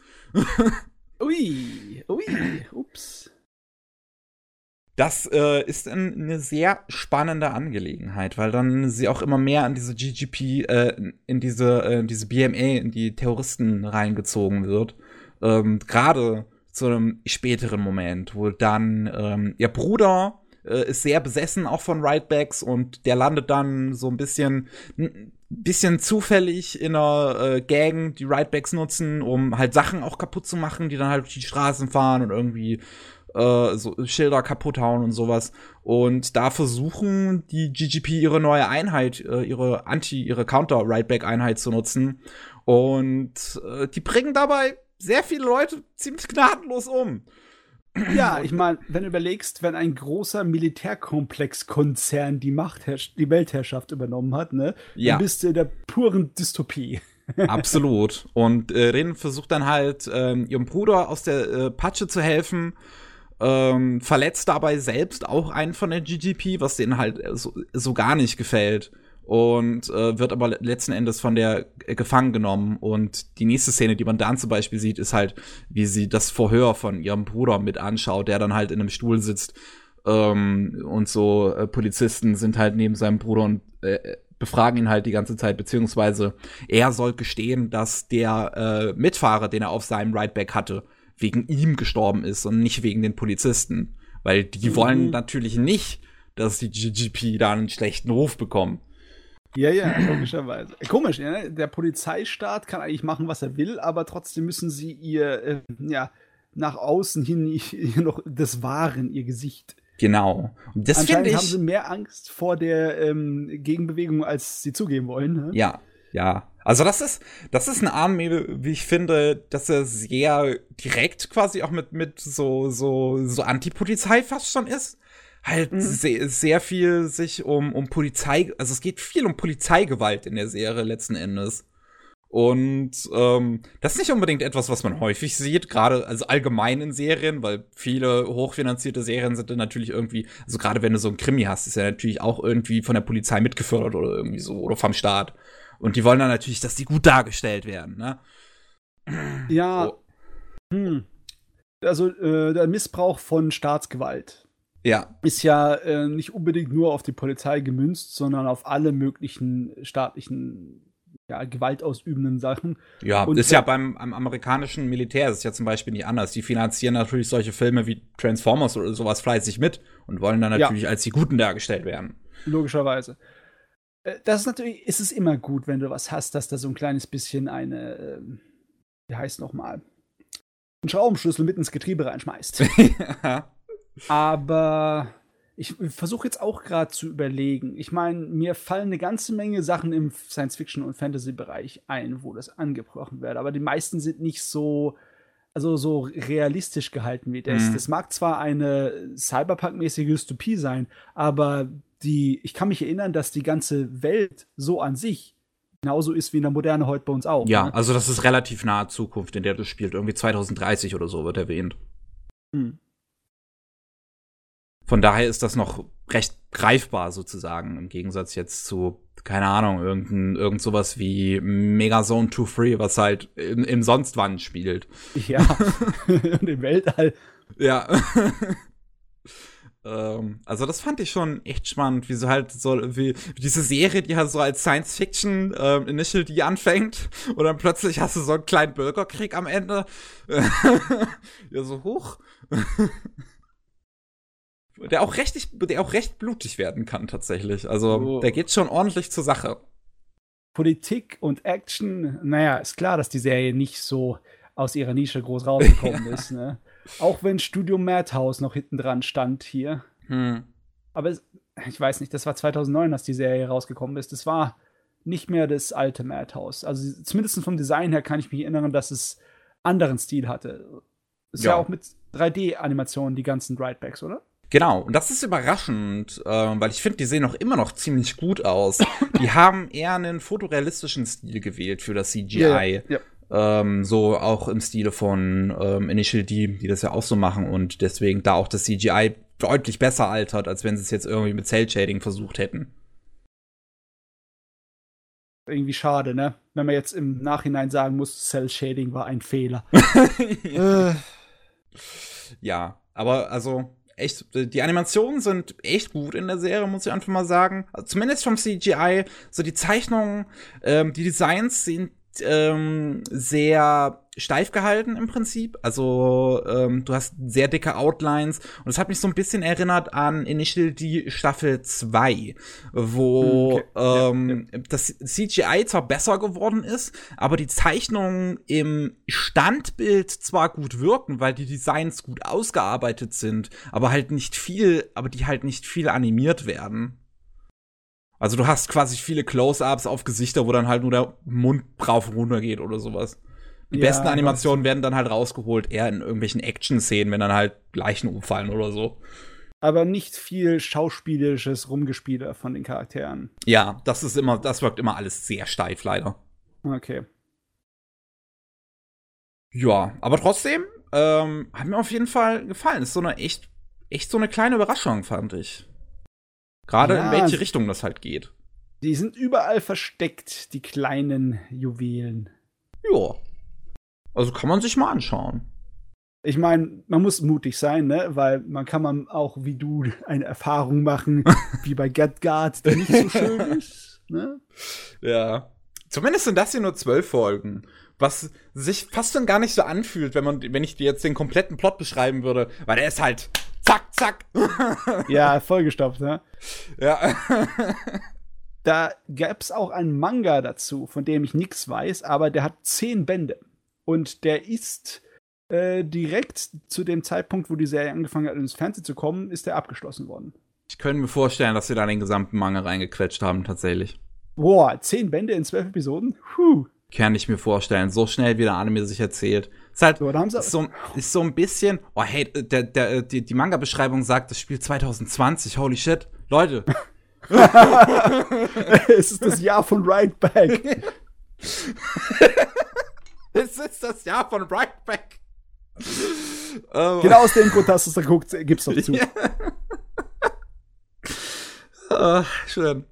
Ui, ups. Das ist eine sehr spannende Angelegenheit, weil dann sie auch immer mehr an diese GGP, in diese BMA, in die Terroristen reingezogen wird. Gerade zu einem späteren Moment, wo dann ihr Bruder ist sehr besessen auch von Rightbacks und der landet dann so ein bisschen zufällig in einer Gang, die Rightbacks nutzen, um halt Sachen auch kaputt zu machen, die dann halt durch die Straßen fahren und irgendwie so Schilder kaputt hauen und sowas. Und da versuchen die GGP ihre neue Einheit, ihre Counter-Rightback-Einheit zu nutzen. Und die bringen dabei sehr viele Leute ziemlich gnadenlos um. Ja, ich meine, wenn du überlegst, wenn ein großer Militärkomplexkonzern die die Weltherrschaft übernommen hat, ne, dann Ja, bist du in der puren Dystopie. absolut. Und Rin versucht dann halt, ihrem Bruder aus der Patsche zu helfen, verletzt dabei selbst auch einen von der GGP, was denen halt so gar nicht gefällt. Und wird aber letzten Endes von der gefangen genommen. Und die nächste Szene, die man dann zum Beispiel sieht, ist halt, wie sie das Verhör von ihrem Bruder mit anschaut, der dann halt in einem Stuhl sitzt. Und so Polizisten sind halt neben seinem Bruder und befragen ihn halt die ganze Zeit, beziehungsweise er soll gestehen, dass der Mitfahrer, den er auf seinem Rideback hatte, wegen ihm gestorben ist und nicht wegen den Polizisten. Weil die wollen natürlich nicht, dass die GGP da einen schlechten Ruf bekommen. Ja, logischerweise. Komisch, ne? Der Polizeistaat kann eigentlich machen, was er will, aber trotzdem müssen sie ihr, nach außen hin ihr noch das wahren, ihr Gesicht. Genau. Und das finde ich. Haben sie mehr Angst vor der Gegenbewegung, als sie zugeben wollen. Ne? Ja. Also das ist ein Army, wie ich finde, dass er sehr direkt quasi auch mit so Antipolizei fast schon ist. Halt sehr viel sich um Polizei, also es geht viel um Polizeigewalt in der Serie letzten Endes. Und das ist nicht unbedingt etwas, was man häufig sieht, gerade also allgemein in Serien, weil viele hochfinanzierte Serien sind dann natürlich irgendwie, also gerade wenn du so ein Krimi hast, ist ja natürlich auch irgendwie von der Polizei mitgefördert oder irgendwie so, oder vom Staat. Und die wollen dann natürlich, dass die gut dargestellt werden, ne? Ja. Oh. Also der Missbrauch von Staatsgewalt. Ja. Ist ja nicht unbedingt nur auf die Polizei gemünzt, sondern auf alle möglichen staatlichen gewaltausübenden Sachen. Ja, und ist ja beim amerikanischen Militär ist es ja zum Beispiel nicht anders. Die finanzieren natürlich solche Filme wie Transformers oder sowas fleißig mit und wollen dann natürlich als die Guten dargestellt werden. Logischerweise. Das ist natürlich, ist es immer gut, wenn du was hast, dass da so ein kleines bisschen eine, wie heißt nochmal, einen Schraubenschlüssel mit ins Getriebe reinschmeißt. Aber ich versuche jetzt auch gerade zu überlegen. Ich meine, mir fallen eine ganze Menge Sachen im Science-Fiction- und Fantasy-Bereich ein, wo das angebrochen wird. Aber die meisten sind nicht so realistisch gehalten wie das. Das mag zwar eine Cyberpunk-mäßige Dystopie sein, aber ich kann mich erinnern, dass die ganze Welt so an sich genauso ist wie in der Moderne heute bei uns auch. Ja, ne? also das ist relativ nahe Zukunft, in der das spielt. Irgendwie 2030 oder so wird erwähnt. Von daher ist das noch recht greifbar sozusagen, im Gegensatz jetzt zu, keine Ahnung, irgend sowas wie Megazone 2-3, was halt im Sonstwann spielt. Ja, und im Weltall. Ja. Also das fand ich schon echt spannend, wie so halt wie diese Serie, die halt so als Science-Fiction Initial D anfängt und dann plötzlich hast du so einen kleinen Bürgerkrieg am Ende. Ja, so hoch. Der auch recht blutig werden kann, tatsächlich. Also, der geht schon ordentlich zur Sache. Politik und Action, naja, ist klar, dass die Serie nicht so aus ihrer Nische groß rausgekommen ist, ne? Auch wenn Studio Madhouse noch hinten dran stand hier. Aber ich weiß nicht, das war 2009, dass die Serie rausgekommen ist. Das war nicht mehr das alte Madhouse. Also zumindest vom Design her kann ich mich erinnern, dass es anderen Stil hatte. Ist ja auch mit 3D-Animationen die ganzen Ridebacks, oder? Genau, und das ist überraschend, weil ich finde, die sehen auch immer noch ziemlich gut aus. Die haben eher einen fotorealistischen Stil gewählt für das CGI. Ja. So auch im Stile von Initial D, die das ja auch so machen und deswegen da auch das CGI deutlich besser altert, als wenn sie es jetzt irgendwie mit Cell-Shading versucht hätten. Irgendwie schade, ne? Wenn man jetzt im Nachhinein sagen muss, Cell-Shading war ein Fehler. Ja, aber also echt, die Animationen sind echt gut in der Serie, muss ich einfach mal sagen. Also zumindest vom CGI. So die Zeichnungen, die Designs sind sehr steif gehalten im Prinzip. Also du hast sehr dicke Outlines und das hat mich so ein bisschen erinnert an Initial D Staffel 2, wo das CGI zwar besser geworden ist, aber die Zeichnungen im Standbild zwar gut wirken, weil die Designs gut ausgearbeitet sind, aber die halt nicht viel animiert werden. Also du hast quasi viele Close-Ups auf Gesichter, wo dann halt nur der Mund rauf und runter geht oder sowas. Die besten Animationen werden dann halt rausgeholt, eher in irgendwelchen Action-Szenen, wenn dann halt Leichen umfallen oder so. Aber nicht viel schauspielerisches Rumgespiele von den Charakteren. Ja, das wirkt immer alles sehr steif, leider. Okay. Ja, aber trotzdem, hat mir auf jeden Fall gefallen. Ist so eine echt so eine kleine Überraschung, fand ich. Gerade in welche Richtung das halt geht. Die sind überall versteckt, die kleinen Juwelen. Ja. Also kann man sich mal anschauen. Ich meine, man muss mutig sein, ne? Weil man kann auch wie du eine Erfahrung machen, wie bei Get Guard, die nicht so schön ist, ne? Ja. Zumindest sind das hier nur 12 Folgen. Was sich fast dann gar nicht so anfühlt, wenn ich dir jetzt den kompletten Plot beschreiben würde. Weil der ist halt zack, zack. Ja, vollgestopft, ne? Ja. Da gab's auch einen Manga dazu, von dem ich nichts weiß, aber der hat 10 Bände. Und der ist direkt zu dem Zeitpunkt, wo die Serie angefangen hat, ins Fernsehen zu kommen, ist der abgeschlossen worden. Ich könnte mir vorstellen, dass sie da den gesamten Manga reingequetscht haben, tatsächlich. Boah, 10 Bände in 12 Episoden? Puh. Kann ich mir vorstellen. So schnell, wie der Anime sich erzählt. Ist halt ist so ein bisschen. Oh, hey, die Manga-Beschreibung sagt, das Spiel 2020. Holy shit. Leute. Es ist das Jahr von Right Back. Es ist das Jahr von Right Back. Genau aus dem Grund hast du es da geguckt, gib's doch zu. Schön.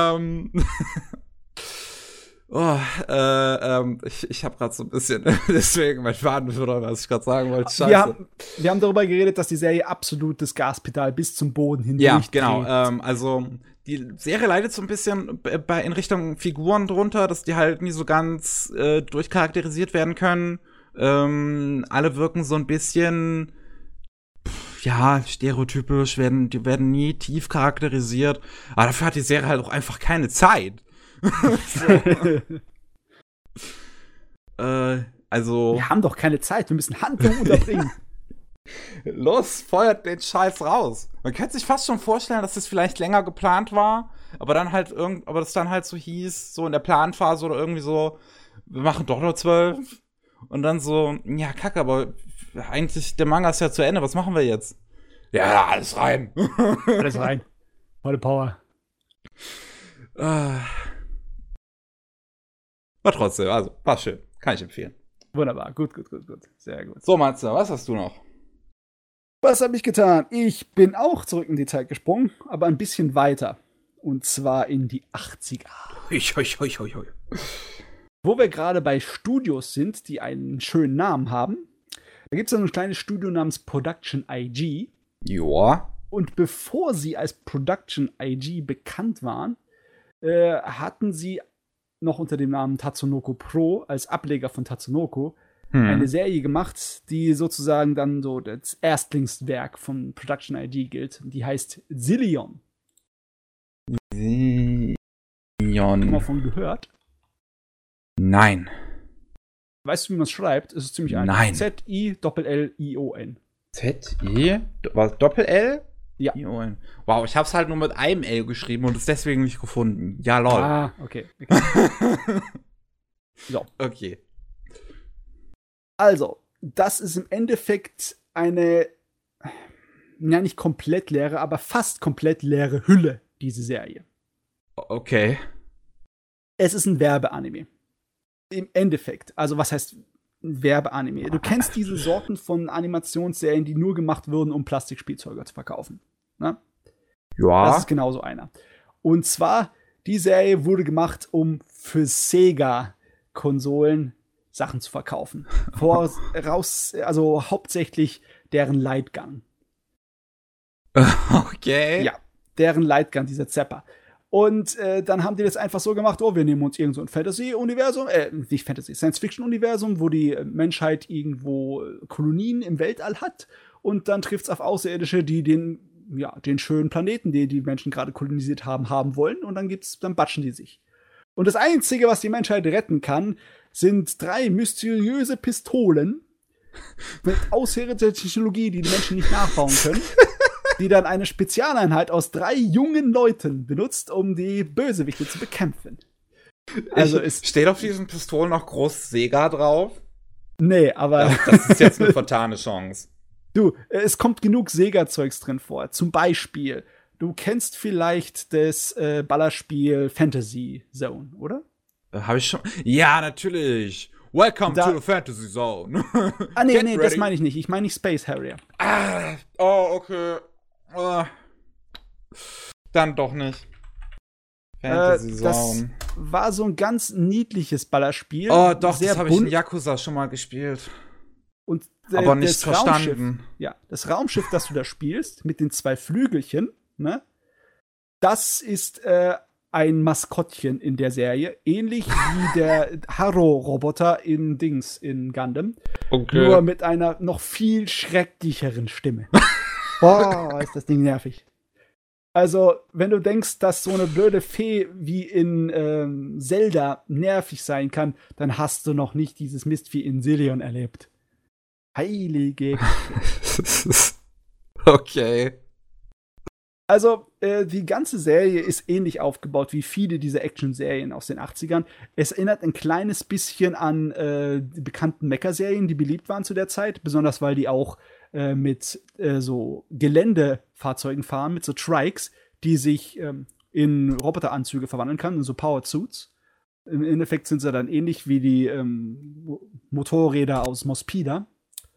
Ich habe gerade so ein bisschen deswegen mein Faden verloren, was ich gerade sagen wollte. Scheiße. Wir haben darüber geredet, dass die Serie absolut das Gaspedal bis zum Boden hin durchdreht. Ja, genau. Also die Serie leidet so ein bisschen in Richtung Figuren drunter, dass die halt nie so ganz durchcharakterisiert werden können. Alle wirken so ein bisschen stereotypisch, die werden nie tief charakterisiert. Aber dafür hat die Serie halt auch einfach keine Zeit. Also. Wir haben doch keine Zeit, wir müssen Handlung unterbringen. Los, feuert den Scheiß raus. Man könnte sich fast schon vorstellen, dass das vielleicht länger geplant war, aber das dann halt so hieß, so in der Planphase oder irgendwie so, wir machen doch nur 12. Und dann so, ja, kacke, aber eigentlich, der Manga ist ja zu Ende, was machen wir jetzt? Ja, alles rein. Alles rein. Volle Power. War trotzdem, also, war schön. Kann ich empfehlen. Wunderbar, gut. Sehr gut. So, Matze, was hast du noch? Was habe ich getan? Ich bin auch zurück in die Zeit gesprungen, aber ein bisschen weiter. Und zwar in die 80er. Hoi. Wo wir gerade bei Studios sind, die einen schönen Namen haben. Da gibt es ein kleines Studio namens Production IG. Joa. Und bevor sie als Production IG bekannt waren, hatten sie noch unter dem Namen Tatsunoko Pro als Ableger von Tatsunoko eine Serie gemacht, die sozusagen dann so das Erstlingswerk von Production IG gilt. Die heißt Zillion. Zillion. Hast du mal von gehört? Nein. Weißt du, wie man es schreibt? Es ist ziemlich einfach. Nein. Z-I-L-L-I-O-N. Z-I? Was? Doppel-L? Ja. I-O-N. Wow, ich hab's halt nur mit einem L geschrieben und es deswegen nicht gefunden. Ja, lol. Ah, okay. So. Okay. Also, das ist im Endeffekt eine, ja, nicht komplett leere, aber fast komplett leere Hülle, diese Serie. Okay. Es ist ein Werbeanime. Im Endeffekt. Also, was heißt Werbeanime? Du kennst diese Sorten von Animationsserien, die nur gemacht wurden, um Plastikspielzeuge zu verkaufen. Ne? Ja. Das ist genauso einer. Und zwar, die Serie wurde gemacht, um für Sega-Konsolen Sachen zu verkaufen. Also hauptsächlich deren Lightgun. Okay. Ja, deren Lightgun, dieser Zapper. Und dann haben die das einfach so gemacht, wir nehmen uns irgend so ein Fantasy-Universum, nicht Fantasy, Science-Fiction-Universum, wo die Menschheit irgendwo Kolonien im Weltall hat und dann trifft es auf Außerirdische, die den schönen Planeten, den die Menschen gerade kolonisiert haben wollen und dann batschen die sich. Und das Einzige, was die Menschheit retten kann, sind 3 mysteriöse Pistolen mit außerirdischer Technologie, die Menschen nicht nachbauen können, die dann eine Spezialeinheit aus 3 jungen Leuten benutzt, um die Bösewichte zu bekämpfen. Also steht auf diesen Pistolen noch groß Sega drauf? Nee, aber. Das ist jetzt eine vertane Chance. Du, es kommt genug Sega-Zeugs drin vor. Zum Beispiel, du kennst vielleicht das Ballerspiel Fantasy Zone, oder? Habe ich schon. Ja, natürlich. Welcome to the Fantasy Zone. Nee, das meine ich nicht. Ich meine nicht Space Harrier. Okay. Dann doch nicht. Fantasy Zone. Das war so ein ganz niedliches Ballerspiel. Oh, doch, das habe ich in Yakuza schon mal gespielt. Und aber nicht verstanden. Ja, das Raumschiff, das du da spielst, mit den 2 Flügelchen, ne? Das ist ein Maskottchen in der Serie, ähnlich wie der Haro-Roboter in Gundam. Okay. Nur mit einer noch viel schrecklicheren Stimme. Boah, ist das Ding nervig. Also, wenn du denkst, dass so eine blöde Fee wie in Zelda nervig sein kann, dann hast du noch nicht dieses Mistvieh in Zillion erlebt. Heilige. Okay. Also, die ganze Serie ist ähnlich aufgebaut wie viele dieser Action-Serien aus den 80ern. Es erinnert ein kleines bisschen an die bekannten Mecha-Serien, die beliebt waren zu der Zeit, besonders weil die auch mit so Geländefahrzeugen fahren, mit so Trikes, die sich in Roboteranzüge verwandeln kann, in so Powered Suits. Im Endeffekt sind sie dann ähnlich wie die Motorräder aus Mospida.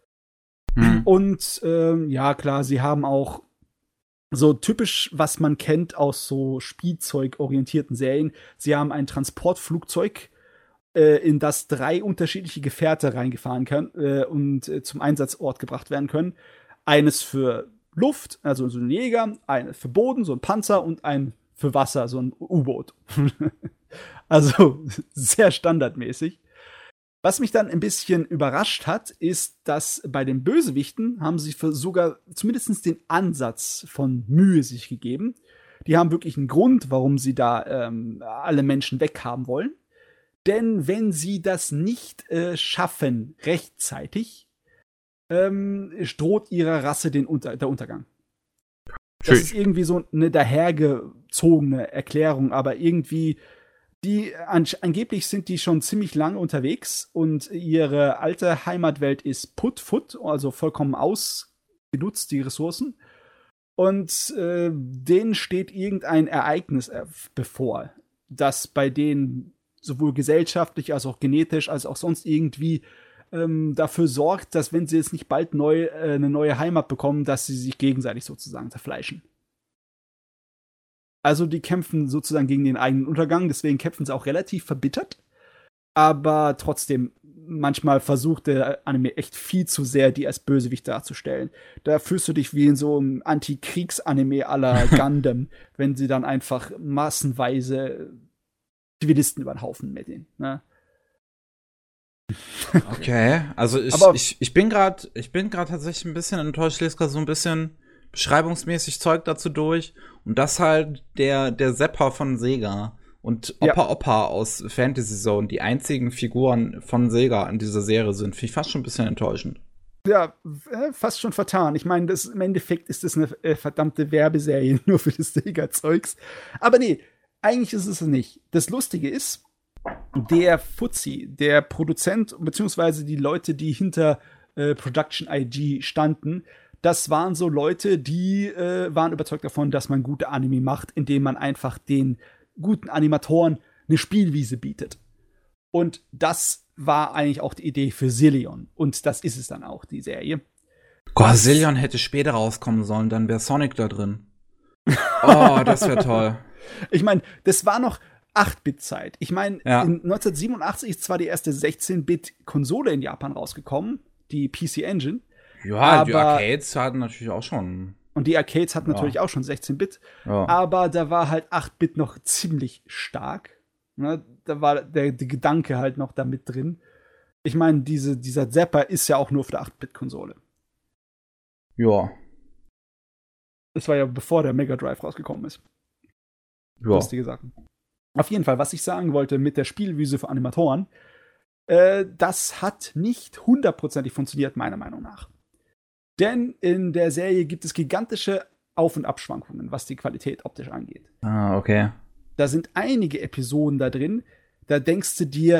Und ja, klar, sie haben auch so typisch, was man kennt aus so spielzeugorientierten Serien. Sie haben ein Transportflugzeug, in das 3 unterschiedliche Gefährte reingefahren können und zum Einsatzort gebracht werden können. Eines für Luft, also so ein Jäger, eine für Boden, so ein Panzer und ein für Wasser, so ein U-Boot. Also sehr standardmäßig. Was mich dann ein bisschen überrascht hat, ist, dass bei den Bösewichten haben sie sogar zumindest den Ansatz von Mühe sich gegeben. Die haben wirklich einen Grund, warum sie da alle Menschen weghaben wollen. Denn wenn sie das nicht schaffen rechtzeitig, droht ihrer Rasse der Untergang. Das ist irgendwie so eine dahergezogene Erklärung, aber irgendwie angeblich sind die schon ziemlich lange unterwegs und ihre alte Heimatwelt ist putt, also vollkommen ausgenutzt, die Ressourcen. Und denen steht irgendein Ereignis bevor, das bei denen sowohl gesellschaftlich als auch genetisch als auch sonst irgendwie dafür sorgt, dass wenn sie jetzt nicht bald eine neue Heimat bekommen, dass sie sich gegenseitig sozusagen zerfleischen. Also die kämpfen sozusagen gegen den eigenen Untergang, deswegen kämpfen sie auch relativ verbittert. Aber trotzdem, manchmal versucht der Anime echt viel zu sehr, die als Bösewicht darzustellen. Da fühlst du dich wie in so einem Anti-Kriegs-Anime à la Gundam, wenn sie dann einfach massenweise Zivilisten über den Haufen mitnehmen. Ne? Okay, also ich bin gerade tatsächlich ein bisschen enttäuscht. Ich lese gerade so ein bisschen beschreibungsmäßig Zeug dazu durch. Und das halt der Sepper von Sega und Opa aus Fantasy Zone die einzigen Figuren von Sega in dieser Serie sind. Finde ich fast schon ein bisschen enttäuschend. Ja, fast schon vertan. Ich meine, im Endeffekt ist das eine verdammte Werbeserie nur für das Sega-Zeugs. Aber nee, eigentlich ist es nicht. Das Lustige ist, der Fuzzi, der Produzent, beziehungsweise die Leute, die hinter Production IG standen, das waren so Leute, die waren überzeugt davon, dass man gute Anime macht, indem man einfach den guten Animatoren eine Spielwiese bietet. Und das war eigentlich auch die Idee für Zillion. Und das ist es dann auch, die Serie. Boah, Zillion hätte später rauskommen sollen, dann wäre Sonic da drin. Oh, das wäre toll. Ich meine, das war noch 8-Bit-Zeit. Ich meine, 1987 ist zwar die erste 16-Bit-Konsole in Japan rausgekommen, die PC Engine. Ja, aber die Arcades hatten natürlich auch schon. Und die Arcades hatten natürlich auch schon 16-Bit. Ja. Aber da war halt 8-Bit noch ziemlich stark. Ne? Da war der Gedanke halt noch da mit drin. Ich meine, dieser Zapper ist ja auch nur für die 8-Bit-Konsole. Ja. Das war ja bevor der Mega Drive rausgekommen ist. Ja. Lustige Sachen. Auf jeden Fall, was ich sagen wollte mit der Spielwiese für Animatoren, das hat nicht 100%ig funktioniert, meiner Meinung nach. Denn in der Serie gibt es gigantische Auf- und Abschwankungen, was die Qualität optisch angeht. Ah, okay. Da sind einige Episoden da drin, da denkst du dir,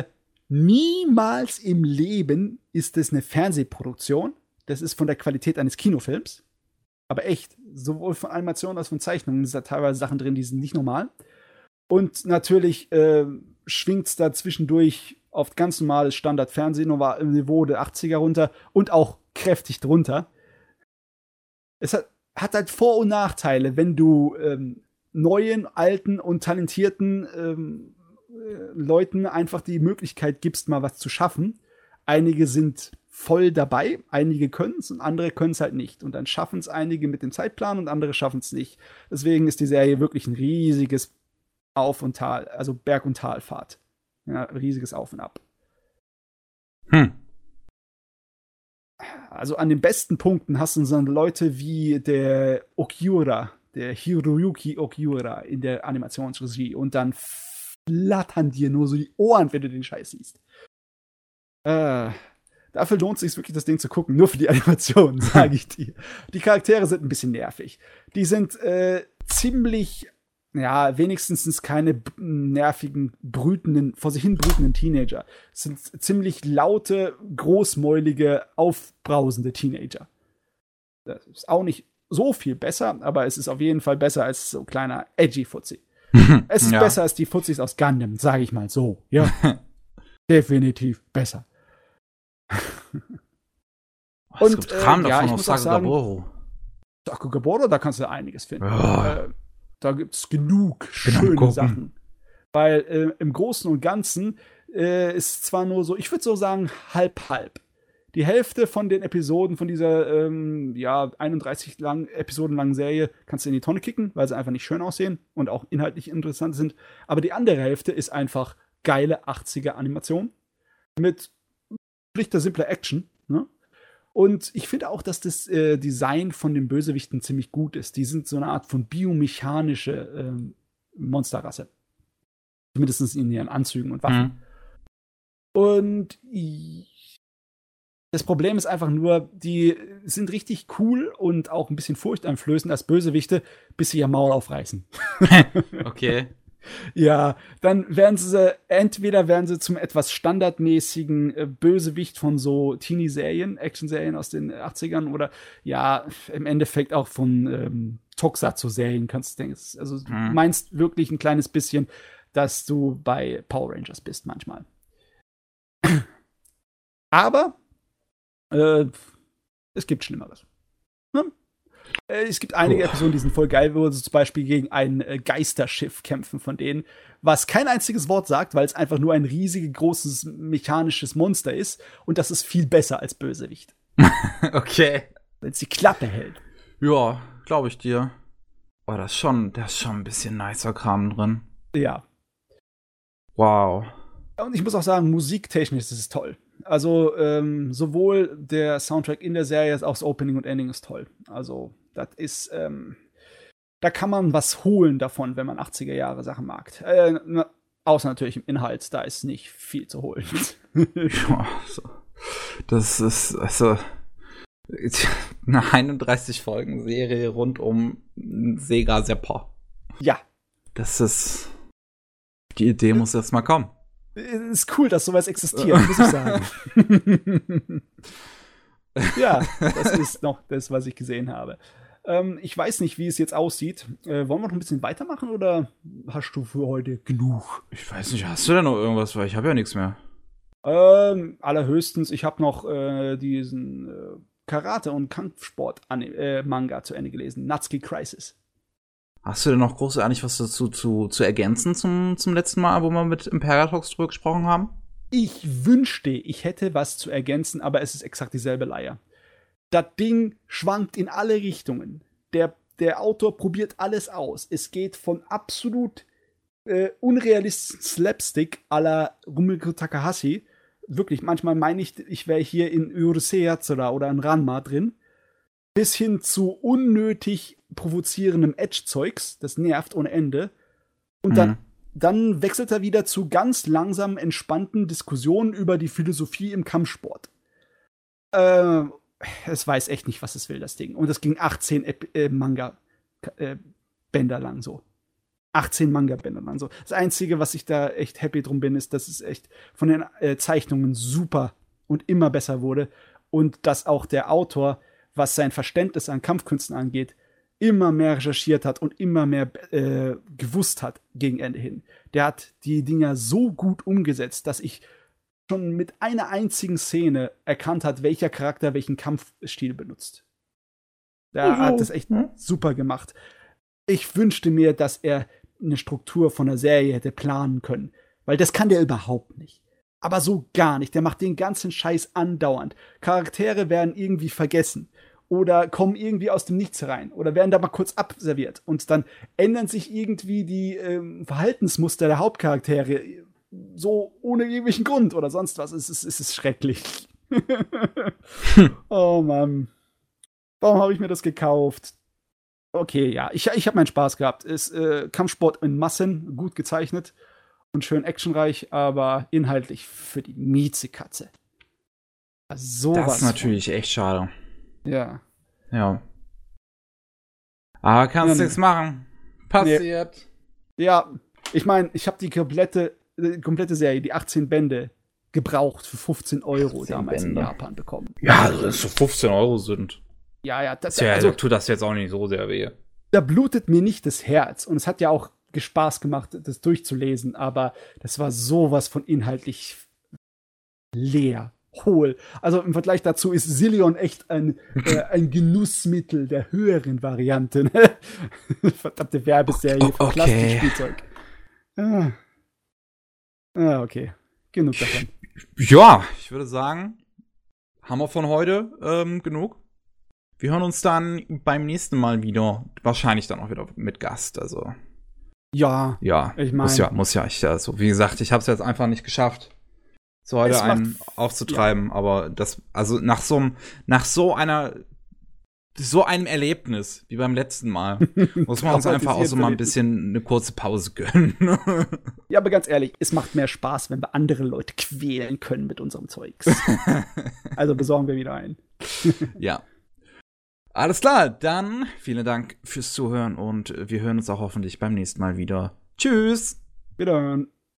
Niemals im Leben ist es eine Fernsehproduktion. Das ist von der Qualität eines Kinofilms. Aber echt, sowohl von Animationen als auch von Zeichnungen sind da teilweise Sachen drin, die sind nicht normal. Und natürlich schwingt es da zwischendurch auf ganz normales Standard-Fernsehniveau der 80er runter und auch kräftig drunter. Es hat halt Vor- und Nachteile, wenn du neuen, alten und talentierten Leuten einfach die Möglichkeit gibst, mal was zu schaffen. Einige sind voll dabei, einige können es und andere können es halt nicht. Und dann schaffen es einige mit dem Zeitplan und andere schaffen es nicht. Deswegen ist die Serie wirklich ein riesiges Auf und Tal, also Berg- und Talfahrt. Ja, riesiges Auf und Ab. Also an den besten Punkten hast du so Leute wie der Okiura, der Hiroyuki Okiura in der Animationsregie. Und dann flattern dir nur so die Ohren, wenn du den Scheiß siehst. Dafür lohnt es sich wirklich, das Ding zu gucken. Nur für die Animation, sage ich dir. Die Charaktere sind ein bisschen nervig. Die sind ziemlich, ja, wenigstens sind es keine nervigen, vor sich hin brütenden Teenager. Es sind ziemlich laute, großmäulige, aufbrausende Teenager. Das ist auch nicht so viel besser, aber es ist auf jeden Fall besser als so kleiner Edgy-Fuzzi. Es ist besser als die Fuzzis aus Gundam, sage ich mal so. Ja, definitiv besser. Es gibt Kram davon auf Sakugaboro. Sakugaboro, da kannst du einiges finden. Da gibt es genug schöne Sachen. Weil im Großen und Ganzen ist zwar nur so, ich würde so sagen, halb-halb. Die Hälfte von den Episoden von dieser 31 Episoden langen Serie kannst du in die Tonne kicken, weil sie einfach nicht schön aussehen und auch inhaltlich interessant sind. Aber die andere Hälfte ist einfach geile 80er-Animation mit schlichter, simpler Action. Ne? Und ich finde auch, dass das Design von den Bösewichten ziemlich gut ist. Die sind so eine Art von biomechanische Monsterrasse. Zumindest in ihren Anzügen und Waffen. Und das Problem ist einfach nur, die sind richtig cool und auch ein bisschen furchteinflößend als Bösewichte, bis sie ihr Maul aufreißen. Okay. Ja, dann werden sie zum etwas standardmäßigen Bösewicht von so Teenie-Serien, Action-Serien aus den 80ern oder ja, im Endeffekt auch von Tokusatsu-Serien, kannst du denken. Also du meinst wirklich ein kleines bisschen, dass du bei Power Rangers bist manchmal. Aber es gibt Schlimmeres. Hm? Es gibt einige Episoden, die sind voll geil, wo sie zum Beispiel gegen ein Geisterschiff kämpfen von denen, was kein einziges Wort sagt, weil es einfach nur ein riesiges, großes, mechanisches Monster ist. Und das ist viel besser als Bösewicht. Okay. Wenn es die Klappe hält. Ja, glaube ich dir. Oh, da ist schon ein bisschen nicer Kram drin. Ja. Wow. Und ich muss auch sagen, musiktechnisch ist es toll. Also sowohl der Soundtrack in der Serie als auch das Opening und Ending ist toll. Also das ist, da kann man was holen davon, wenn man 80er Jahre Sachen mag. Außer natürlich im Inhalt, da ist nicht viel zu holen. Ja, das ist also eine 31-Folgen-Serie rund um Sega Sepper. Ja. Das ist, die Idee muss erst mal kommen. Ist cool, dass sowas existiert, muss ich sagen. Ja, das ist noch das, was ich gesehen habe. Ich weiß nicht, wie es jetzt aussieht. Wollen wir noch ein bisschen weitermachen oder hast du für heute genug? Ich weiß nicht, hast du denn noch irgendwas? Weil ich habe ja nichts mehr. Allerhöchstens, ich habe noch diesen Karate- und Kampfsport-Manga zu Ende gelesen. Natsuki Crisis. Hast du denn noch großartig was dazu zu ergänzen zum letzten Mal, wo wir mit Imperatox drüber gesprochen haben? Ich wünschte, ich hätte was zu ergänzen, aber es ist exakt dieselbe Leier. Das Ding schwankt in alle Richtungen. Der Autor probiert alles aus. Es geht von absolut unrealistischen Slapstick à la Rumiko Takahashi. Wirklich, manchmal meine ich wäre hier in Urusei Yatsura oder in Ranma drin. Bis hin zu unnötig provozierendem Edge-Zeugs. Das nervt ohne Ende. Und dann wechselt er wieder zu ganz langsam entspannten Diskussionen über die Philosophie im Kampfsport. Es weiß echt nicht, was es will, das Ding. Und das ging 18 Manga-Bänder lang so. 18 Manga-Bände und so. Das Einzige, was ich da echt happy drum bin, ist, dass es echt von den Zeichnungen super und immer besser wurde und dass auch der Autor, was sein Verständnis an Kampfkünsten angeht, immer mehr recherchiert hat und immer mehr gewusst hat gegen Ende hin. Der hat die Dinger so gut umgesetzt, dass ich schon mit einer einzigen Szene erkannt hat, welcher Charakter welchen Kampfstil benutzt. Der hat das echt super gemacht. Ich wünschte mir, dass er eine Struktur von der Serie hätte planen können. Weil das kann der überhaupt nicht. Aber so gar nicht. Der macht den ganzen Scheiß andauernd. Charaktere werden irgendwie vergessen. Oder kommen irgendwie aus dem Nichts rein. Oder werden da mal kurz abserviert. Und dann ändern sich irgendwie die Verhaltensmuster der Hauptcharaktere. So ohne irgendwelchen Grund oder sonst was. Es ist schrecklich. Oh Mann. Warum habe ich mir das gekauft? Okay, ja, ich habe meinen Spaß gehabt. Ist Kampfsport in Massen, gut gezeichnet und schön actionreich, aber inhaltlich für die Miezekatze. Das ist natürlich echt schade. Ja. Ja. Aber kannst nichts machen. Passiert. Nee. Ja, ich meine, ich habe die komplette Serie, die 18 Bände, gebraucht für 15 € damals in Japan bekommen. Ja, also dass so 15 € sind. Ja, also tut das jetzt auch nicht so sehr weh. Da blutet mir nicht das Herz. Und es hat ja auch Spaß gemacht, das durchzulesen, aber das war sowas von inhaltlich leer, hohl. Also im Vergleich dazu ist Zillion echt ein Genussmittel der höheren Variante. Ne? Verdammte Werbeserie für Plastikspielzeug. Okay. Genug davon. Ja, ich würde sagen, haben wir von heute genug. Wir hören uns dann beim nächsten Mal wieder. Wahrscheinlich dann auch wieder mit Gast. Also. Ja. Ich meine. Muss ja. Also, wie gesagt, ich habe es jetzt einfach nicht geschafft, so heute einen aufzutreiben. Ja. Aber das, also nach so einem Erlebnis wie beim letzten Mal muss man uns einfach auch so mal ein bisschen eine kurze Pause gönnen. Ja, aber ganz ehrlich, es macht mehr Spaß, wenn wir andere Leute quälen können mit unserem Zeugs. Also besorgen wir wieder einen. Ja. Alles klar, dann vielen Dank fürs Zuhören und wir hören uns auch hoffentlich beim nächsten Mal wieder. Tschüss! Wiederhören.